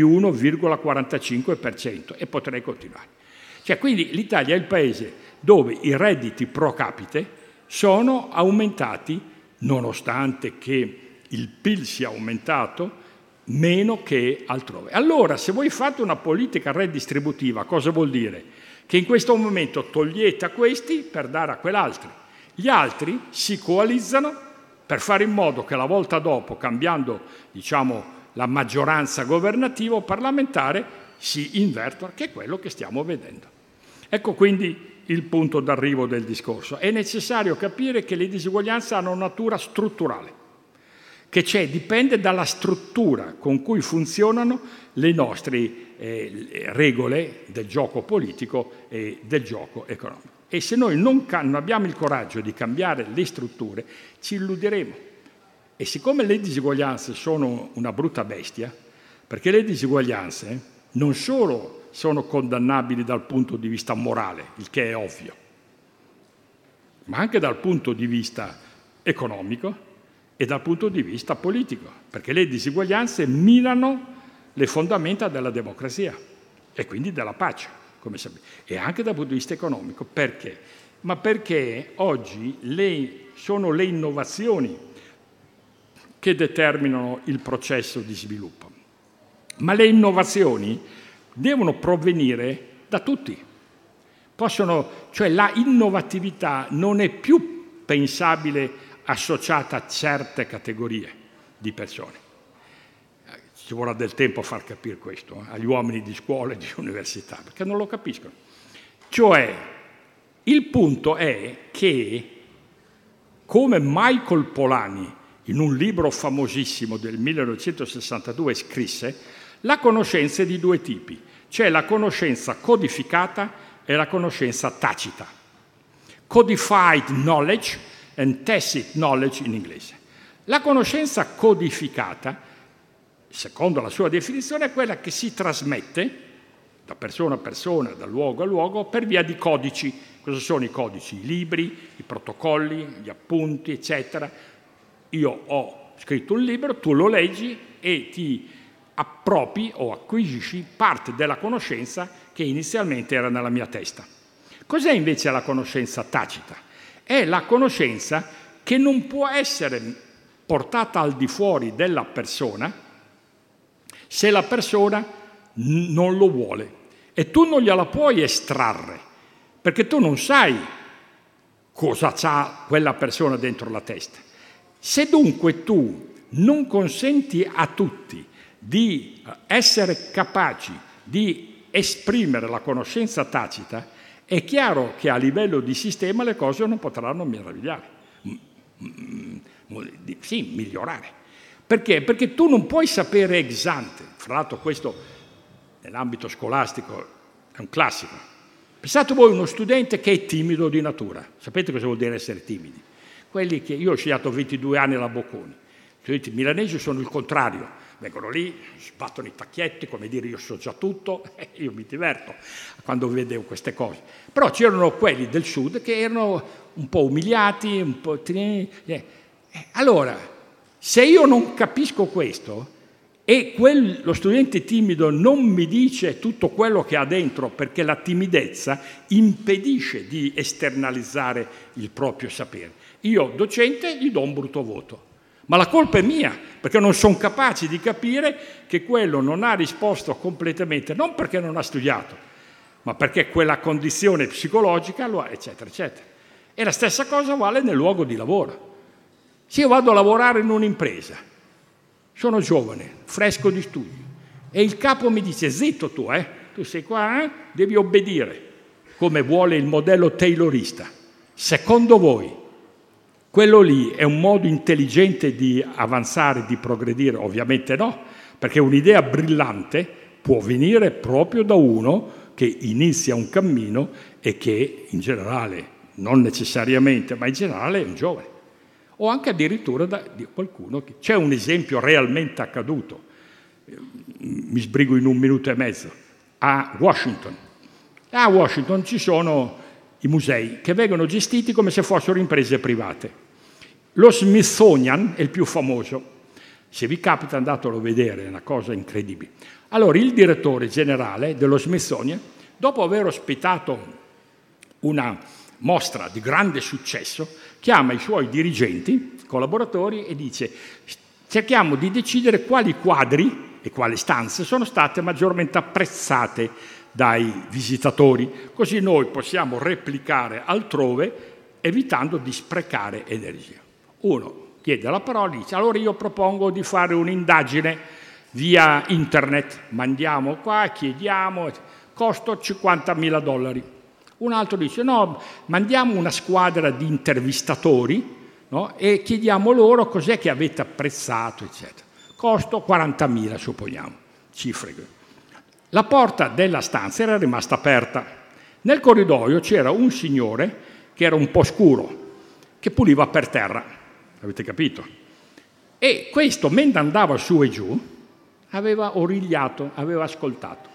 1,45% e potrei continuare. Cioè, quindi l'Italia è il paese dove i redditi pro capite sono aumentati, nonostante che il PIL sia aumentato, meno che altrove. Allora, se voi fate una politica redistributiva, cosa vuol dire? Che in questo momento togliete a questi per dare a quell'altri. Gli altri si coalizzano per fare in modo che la volta dopo, cambiando la maggioranza governativa o parlamentare, si invertono, che è quello che stiamo vedendo. Ecco quindi il punto d'arrivo del discorso. È necessario capire che le disuguaglianze hanno natura strutturale, che dipende dalla struttura con cui funzionano le nostre regole del gioco politico e del gioco economico. E se noi non abbiamo il coraggio di cambiare le strutture, ci illuderemo. E siccome le disuguaglianze sono una brutta bestia, perché le disuguaglianze non solo sono condannabili dal punto di vista morale, il che è ovvio, ma anche dal punto di vista economico e dal punto di vista politico, perché le disuguaglianze minano le fondamenta della democrazia e quindi della pace, come sapete, e anche dal punto di vista economico. Perché? Ma perché oggi sono le innovazioni che determinano il processo di sviluppo. Ma le innovazioni devono provenire da tutti. Cioè la innovatività non è più pensabile associata a certe categorie di persone. Ci vorrà del tempo a far capire questo agli uomini di scuola e di università, perché non lo capiscono. Cioè, il punto è che, come Michael Polanyi, in un libro famosissimo del 1962 scrisse, la conoscenza è di due tipi. C'è la conoscenza codificata e la conoscenza tacita. Codified knowledge and tacit knowledge in inglese. La conoscenza codificata, secondo la sua definizione, è quella che si trasmette da persona a persona, da luogo a luogo, per via di codici. Cosa sono i codici? I libri, i protocolli, gli appunti, eccetera. Io ho scritto un libro, tu lo leggi e ti appropri o acquisisci parte della conoscenza che inizialmente era nella mia testa. Cos'è invece la conoscenza tacita? È la conoscenza che non può essere portata al di fuori della persona se la persona non lo vuole e tu non gliela puoi estrarre, perché tu non sai cosa c'ha quella persona dentro la testa. Se dunque tu non consenti a tutti di essere capaci di esprimere la conoscenza tacita, è chiaro che a livello di sistema le cose non potranno meravigliare, sì, migliorare. Perché? Perché tu non puoi sapere ex ante. Fra l'altro questo nell'ambito scolastico è un classico. Pensate voi uno studente che è timido di natura. Sapete cosa vuol dire essere timidi? Quelli che io ho studiato 22 anni alla Bocconi. Gli studenti milanesi sono il contrario. Vengono lì, sbattono i tacchietti, come dire io so già tutto, io mi diverto quando vedevo queste cose. Però c'erano quelli del sud che erano un po' umiliati, un po'... Allora, se io non capisco questo e lo studente timido non mi dice tutto quello che ha dentro, perché la timidezza impedisce di esternalizzare il proprio sapere, io docente gli do un brutto voto. Ma la colpa è mia, perché non sono capace di capire che quello non ha risposto completamente, non perché non ha studiato, ma perché quella condizione psicologica lo ha, eccetera, eccetera. E la stessa cosa vale nel luogo di lavoro. Se io vado a lavorare in un'impresa, sono giovane, fresco di studi, e il capo mi dice, zitto tu sei qua, devi obbedire, come vuole il modello taylorista. Secondo voi, quello lì è un modo intelligente di avanzare, di progredire? Ovviamente no, perché un'idea brillante può venire proprio da uno che inizia un cammino e che in generale, non necessariamente, ma in generale è un giovane. O anche addirittura di qualcuno che... C'è un esempio realmente accaduto, mi sbrigo in 1 minuto e mezzo, a Washington. A Washington ci sono i musei che vengono gestiti come se fossero imprese private. Lo Smithsonian è il più famoso, se vi capita andatelo a vedere, è una cosa incredibile. Allora il direttore generale dello Smithsonian, dopo aver ospitato una mostra di grande successo, chiama i suoi dirigenti, collaboratori e dice: cerchiamo di decidere quali quadri e quali stanze sono state maggiormente apprezzate dai visitatori, così noi possiamo replicare altrove evitando di sprecare energia. Uno chiede la parola e dice: allora io propongo di fare un'indagine via internet, mandiamo qua, chiediamo, costo $50.000. Un altro dice: no, mandiamo una squadra di intervistatori, no, e chiediamo loro cos'è che avete apprezzato, eccetera. Costo 40.000, supponiamo, cifre. La porta della stanza era rimasta aperta. Nel corridoio c'era un signore che era un po' scuro, che puliva per terra, avete capito? E questo, mentre andava su e giù, aveva origliato, aveva ascoltato.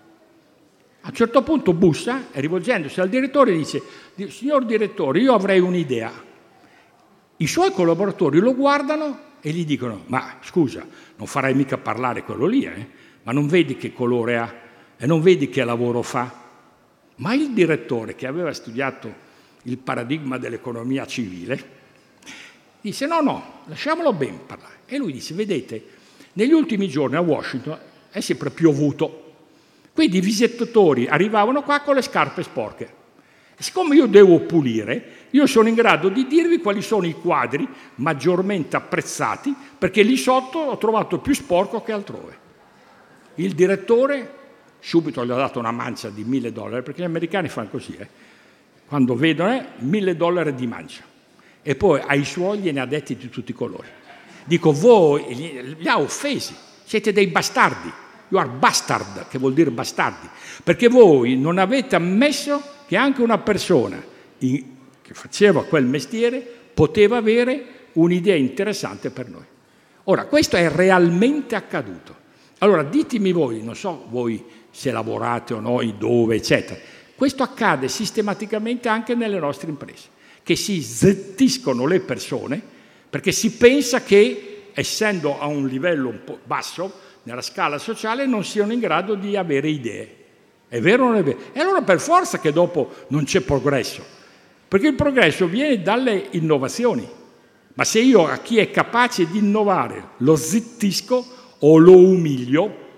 A un certo punto bussa e rivolgendosi al direttore dice: signor direttore, io avrei un'idea. I suoi collaboratori lo guardano e gli dicono: ma scusa, non farai mica parlare quello lì, ma non vedi che colore ha e non vedi che lavoro fa? Ma il direttore, che aveva studiato il paradigma dell'economia civile, dice: no, lasciamolo ben parlare. E lui dice: vedete, negli ultimi giorni a Washington è sempre piovuto, quindi i visitatori arrivavano qua con le scarpe sporche. E siccome io devo pulire, io sono in grado di dirvi quali sono i quadri maggiormente apprezzati, perché lì sotto ho trovato più sporco che altrove. Il direttore subito gli ha dato una mancia di $1.000, perché gli americani fanno così, quando vedono $1.000 di mancia. E poi ai suoi gliene ha detti di tutti i colori. Dico: voi, li ha offesi, siete dei bastardi. You are bastard, che vuol dire bastardi, perché voi non avete ammesso che anche una persona che faceva quel mestiere poteva avere un'idea interessante per noi. Ora, questo è realmente accaduto. Allora, ditemi voi, non so voi se lavorate o no, dove, eccetera, questo accade sistematicamente anche nelle nostre imprese, che si zittiscono le persone perché si pensa che, essendo a un livello un po' basso, nella scala sociale, non siano in grado di avere idee. È vero o non è vero? E allora per forza che dopo non c'è progresso, perché il progresso viene dalle innovazioni. Ma se io a chi è capace di innovare lo zittisco o lo umilio,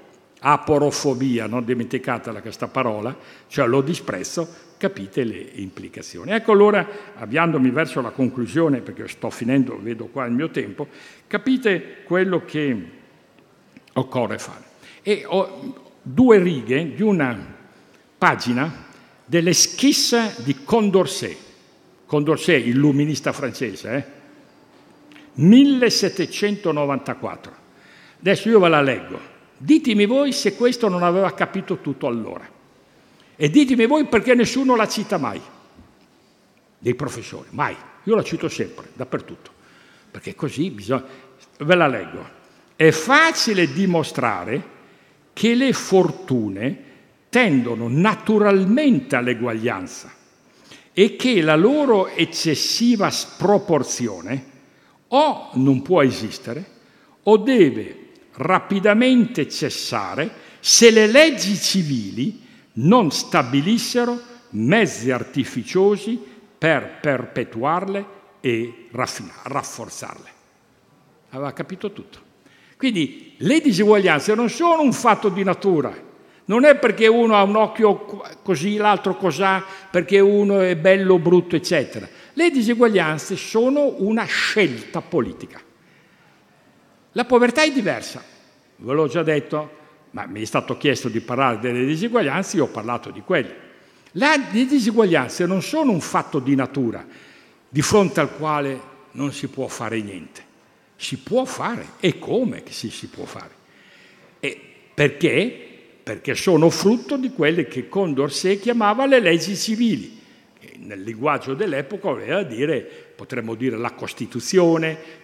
aporofobia, non dimenticatela questa parola, cioè lo disprezzo, capite le implicazioni. Ecco allora, avviandomi verso la conclusione, perché sto finendo, vedo qua il mio tempo, capite quello che occorre fare. E ho 2 righe di una pagina dell'esquisse di Condorcet. Condorcet, illuminista francese, 1794. Adesso io ve la leggo. Ditemi voi se questo non aveva capito tutto allora. E ditemi voi perché nessuno la cita mai. Dei professori, mai. Io la cito sempre, dappertutto. Perché così bisogna... Ve la leggo. È facile dimostrare che le fortune tendono naturalmente all'eguaglianza e che la loro eccessiva sproporzione o non può esistere o deve rapidamente cessare se le leggi civili non stabilissero mezzi artificiosi per perpetuarle e rafforzarle. Aveva capito tutto. Quindi le disuguaglianze non sono un fatto di natura, non è perché uno ha un occhio così, l'altro cos'ha, perché uno è bello o brutto, eccetera. Le disuguaglianze sono una scelta politica. La povertà è diversa, ve l'ho già detto, ma mi è stato chiesto di parlare delle disuguaglianze, io ho parlato di quelle. Le disuguaglianze non sono un fatto di natura, di fronte al quale non si può fare niente. Si può fare, e come che si può fare? E perché? Perché sono frutto di quelle che Condorcet chiamava le leggi civili, che nel linguaggio dell'epoca voleva dire, potremmo dire, la Costituzione,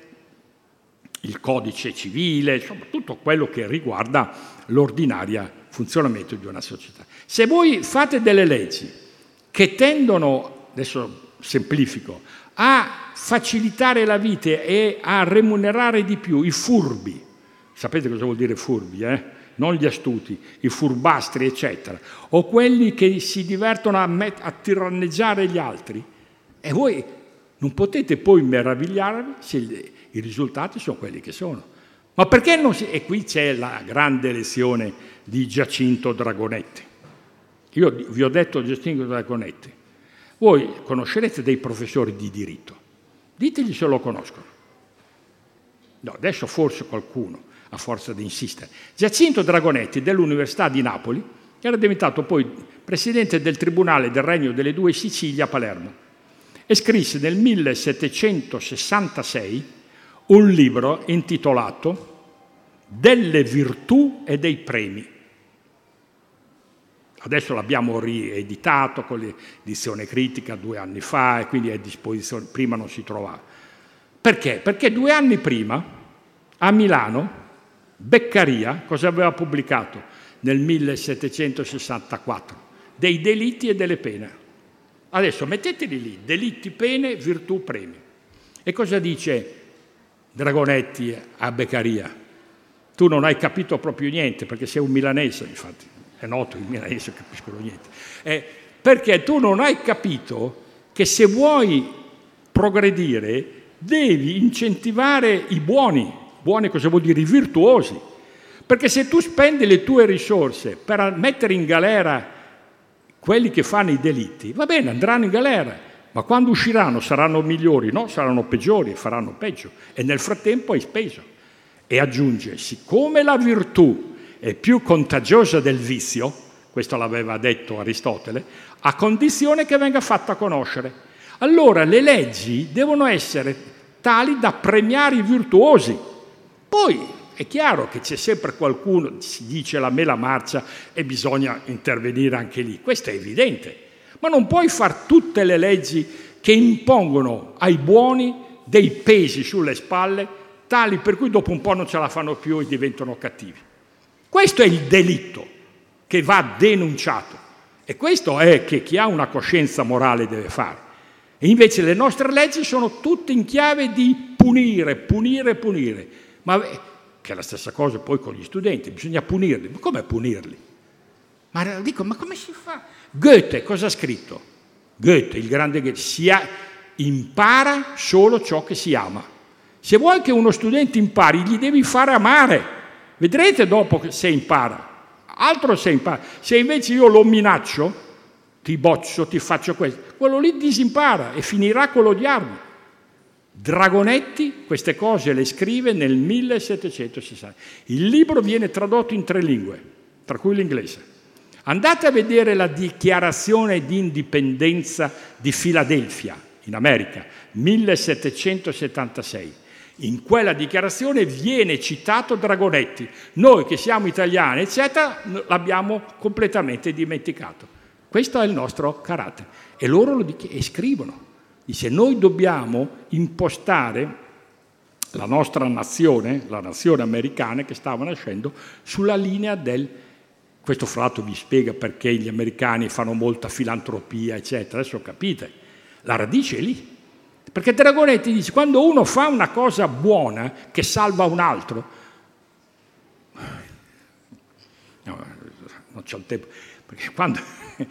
il codice civile, insomma tutto quello che riguarda l'ordinario funzionamento di una società. Se voi fate delle leggi che tendono, adesso semplifico, a facilitare la vita e a remunerare di più i furbi, sapete cosa vuol dire furbi, non gli astuti, i furbastri, eccetera, o quelli che si divertono a tiranneggiare gli altri, e voi non potete poi meravigliarvi se i risultati sono quelli che sono. Ma perché non si... E qui c'è la grande lezione di Giacinto Dragonetti. Io vi ho detto Giacinto Dragonetti. Voi conoscerete dei professori di diritto. Ditegli se lo conoscono. No, adesso forse qualcuno, a forza di insistere. Giacinto Dragonetti dell'Università di Napoli era diventato poi presidente del Tribunale del Regno delle Due Sicilie a Palermo e scrisse nel 1766 un libro intitolato Delle virtù e dei premi. Adesso l'abbiamo rieditato con l'edizione critica 2 anni fa e quindi è a disposizione, prima non si trovava. Perché? Perché 2 anni prima a Milano Beccaria cosa aveva pubblicato nel 1764? Dei delitti e delle pene. Adesso metteteli lì, delitti, pene, virtù, premi. E cosa dice Dragonetti a Beccaria? Tu non hai capito proprio niente, perché sei un milanese, infatti, è noto i milanesi non capiscono niente. Perché tu non hai capito che se vuoi progredire devi incentivare i buoni cosa vuol dire? I virtuosi. Perché se tu spendi le tue risorse per mettere in galera quelli che fanno i delitti, va bene, andranno in galera, ma quando usciranno saranno migliori? No, saranno peggiori e faranno peggio. E nel frattempo hai speso. E aggiunge, siccome la virtù è più contagiosa del vizio, questo l'aveva detto Aristotele, a condizione che venga fatta conoscere. Allora le leggi devono essere tali da premiare i virtuosi. Poi è chiaro che c'è sempre qualcuno, si dice la mela marcia e bisogna intervenire anche lì, questo è evidente, ma non puoi fare tutte le leggi che impongono ai buoni dei pesi sulle spalle tali per cui dopo un po' non ce la fanno più e diventano cattivi. Questo è il delitto che va denunciato e questo è che chi ha una coscienza morale deve fare. E invece le nostre leggi sono tutte in chiave di punire, ma che è la stessa cosa poi con gli studenti, bisogna punirli. Ma come punirli? Ma come si fa? Goethe cosa ha scritto? Goethe, il grande Goethe, impara solo ciò che si ama. Se vuoi che uno studente impari, gli devi fare amare. Vedrete dopo se impara. Altro se impara. Se invece io lo minaccio, ti boccio, ti faccio questo, quello lì disimpara e finirà con l'odiarmi. Dragonetti queste cose le scrive nel 1760. Il libro viene tradotto in 3 lingue, tra cui l'inglese. Andate a vedere la dichiarazione di indipendenza di Filadelfia, in America, 1776. In quella dichiarazione viene citato Dragonetti. Noi che siamo italiani, eccetera, l'abbiamo completamente dimenticato. Questo è il nostro carattere. E loro lo scrivono. Dice, noi dobbiamo impostare la nostra nazione, la nazione americana che stava nascendo, sulla linea del... Questo fra l'altro vi spiega perché gli americani fanno molta filantropia, eccetera. Adesso capite, la radice è lì. Perché Dragonetti dice, quando uno fa una cosa buona che salva un altro, no, non c'ho il tempo, perché quando...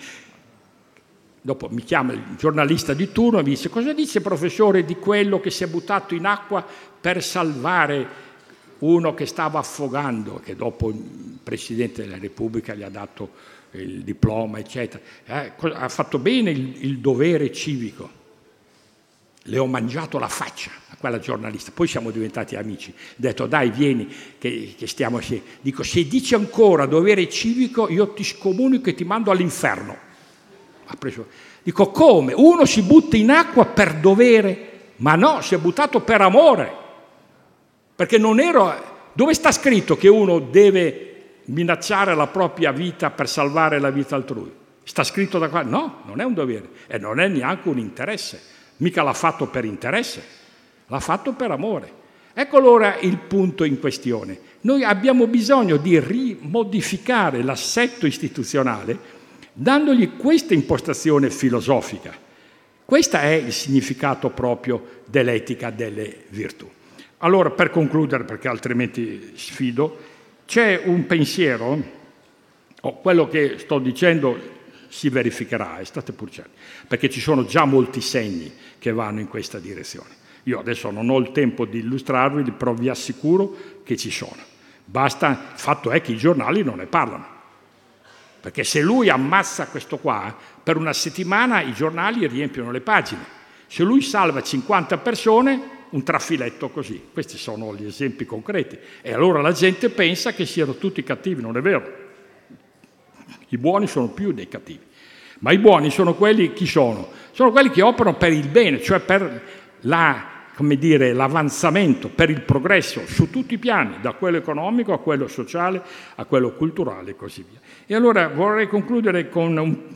Dopo mi chiama il giornalista di turno e mi dice, cosa dice professore di quello che si è buttato in acqua per salvare uno che stava affogando, che dopo il Presidente della Repubblica gli ha dato il diploma, eccetera. Ha fatto bene il dovere civico. Le ho mangiato la faccia a quella giornalista, poi siamo diventati amici. Ho detto, dai, vieni, che stiamo assieme. Dico, se dici ancora dovere civico, io ti scomunico e ti mando all'inferno. Ha preso. Dico, come? Uno si butta in acqua per dovere? Ma no, si è buttato per amore. Perché non ero... Dove sta scritto che uno deve minacciare la propria vita per salvare la vita altrui? Sta scritto da qua? No, non è un dovere e non è neanche un interesse. Mica l'ha fatto per interesse, l'ha fatto per amore. Ecco allora il punto in questione. Noi abbiamo bisogno di rimodificare l'assetto istituzionale dandogli questa impostazione filosofica. Questo è il significato proprio dell'etica delle virtù. Allora, per concludere, perché altrimenti sfido, c'è un pensiero, quello che sto dicendo si verificherà, state pur certi, perché ci sono già molti segni che vanno in questa direzione. Io adesso non ho il tempo di illustrarvi, però vi assicuro che ci sono. Basta, il fatto è che i giornali non ne parlano, perché se lui ammazza questo qua, per una settimana i giornali riempiono le pagine. Se lui salva 50 persone, un trafiletto così. Questi sono gli esempi concreti. E allora la gente pensa che siano tutti cattivi, non è vero. I buoni sono più dei cattivi. Ma i buoni sono quelli, chi sono? Sono quelli che operano per il bene, cioè per l'avanzamento, per il progresso su tutti i piani, da quello economico a quello sociale, a quello culturale e così via. E allora vorrei concludere con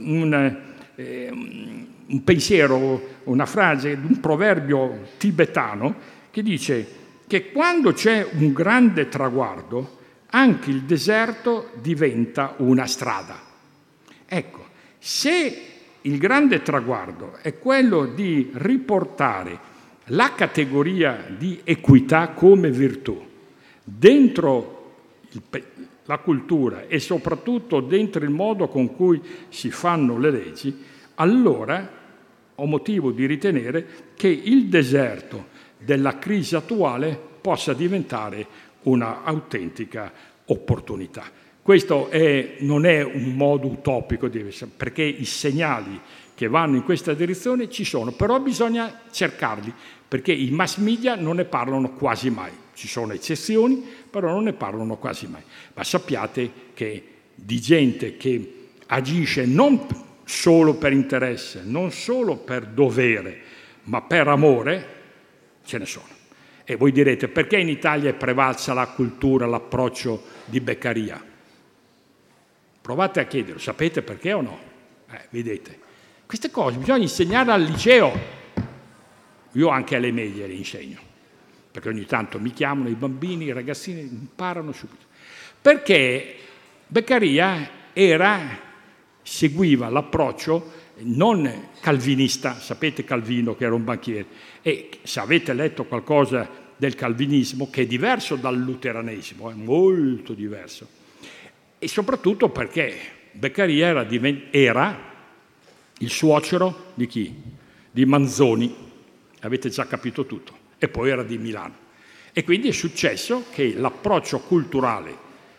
un pensiero, una frase, un proverbio tibetano che dice che quando c'è un grande traguardo, anche il deserto diventa una strada. Ecco, se il grande traguardo è quello di riportare la categoria di equità come virtù dentro la cultura e soprattutto dentro il modo con cui si fanno le leggi, allora ho motivo di ritenere che il deserto della crisi attuale possa diventare una autentica opportunità. Questo non è un modo utopico, perché i segnali che vanno in questa direzione ci sono, però bisogna cercarli, perché i mass media non ne parlano quasi mai. Ci sono eccezioni, però non ne parlano quasi mai. Ma sappiate che di gente che agisce non solo per interesse, non solo per dovere, ma per amore, ce ne sono. E voi direte, perché in Italia è prevalsa la cultura, l'approccio di Beccaria? Provate a chiederlo, sapete perché o no? Vedete, queste cose bisogna insegnare al liceo. Io anche alle medie le insegno, perché ogni tanto mi chiamano i bambini, i ragazzini, imparano subito. Perché Beccaria seguiva l'approccio non calvinista, sapete Calvino che era un banchiere, e se avete letto qualcosa del calvinismo, che è diverso dal luteranesimo, è molto diverso, e soprattutto perché Beccaria era il suocero di chi? Di Manzoni, avete già capito tutto, e poi era di Milano. E quindi è successo che l'approccio culturale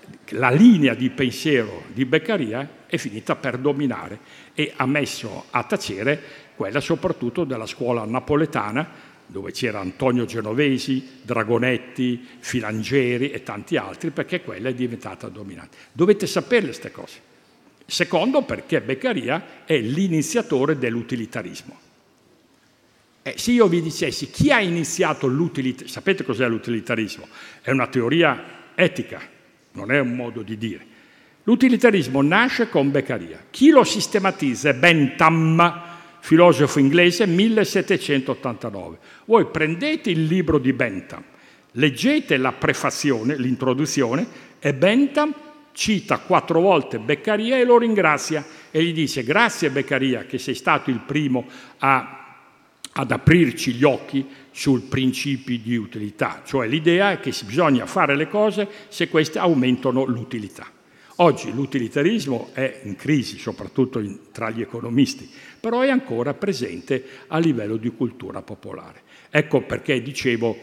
la linea di pensiero di Beccaria è finita per dominare e ha messo a tacere quella soprattutto della scuola napoletana, dove c'era Antonio Genovesi, Dragonetti, Filangieri e tanti altri, perché quella è diventata dominante. Dovete saperle queste cose. Secondo, perché Beccaria è l'iniziatore dell'utilitarismo. Se io vi dicessi chi ha iniziato l'utilitarismo, sapete cos'è l'utilitarismo? È una teoria etica, non è un modo di dire. L'utilitarismo nasce con Beccaria. Chi lo sistematizza è Bentham, filosofo inglese, 1789. Voi prendete il libro di Bentham, leggete la prefazione, l'introduzione, e Bentham cita 4 volte Beccaria e lo ringrazia e gli dice: grazie Beccaria che sei stato il primo ad aprirci gli occhi sul principio di utilità, cioè l'idea è che bisogna fare le cose se queste aumentano l'utilità. Oggi l'utilitarismo è in crisi, soprattutto tra gli economisti, però è ancora presente a livello di cultura popolare. Ecco perché dicevo,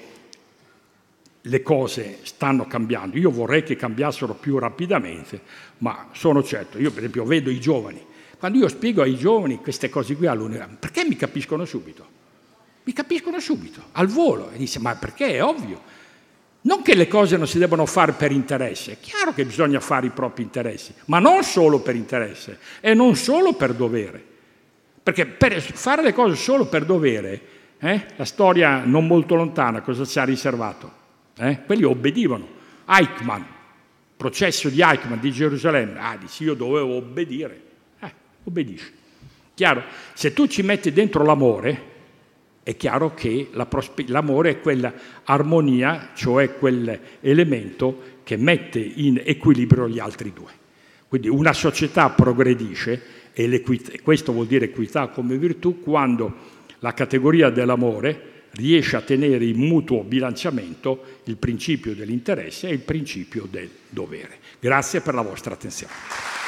le cose stanno cambiando. Io vorrei che cambiassero più rapidamente, ma sono certo. Io per esempio vedo i giovani. Quando io spiego ai giovani queste cose qui all'università, perché mi capiscono subito? Mi capiscono subito, al volo. E dice, ma perché è ovvio. Non che le cose non si debbano fare per interesse, è chiaro che bisogna fare i propri interessi, ma non solo per interesse e non solo per dovere. Perché per fare le cose solo per dovere, la storia non molto lontana cosa ci ha riservato? Quelli obbedivano. Eichmann, processo di Eichmann di Gerusalemme, dici io dovevo obbedire, obbedisci. Chiaro, se tu ci metti dentro l'amore, è chiaro che l'amore è quella armonia, cioè quell'elemento che mette in equilibrio gli altri due. Quindi una società progredisce, e questo vuol dire equità come virtù, quando la categoria dell'amore riesce a tenere in mutuo bilanciamento il principio dell'interesse e il principio del dovere. Grazie per la vostra attenzione.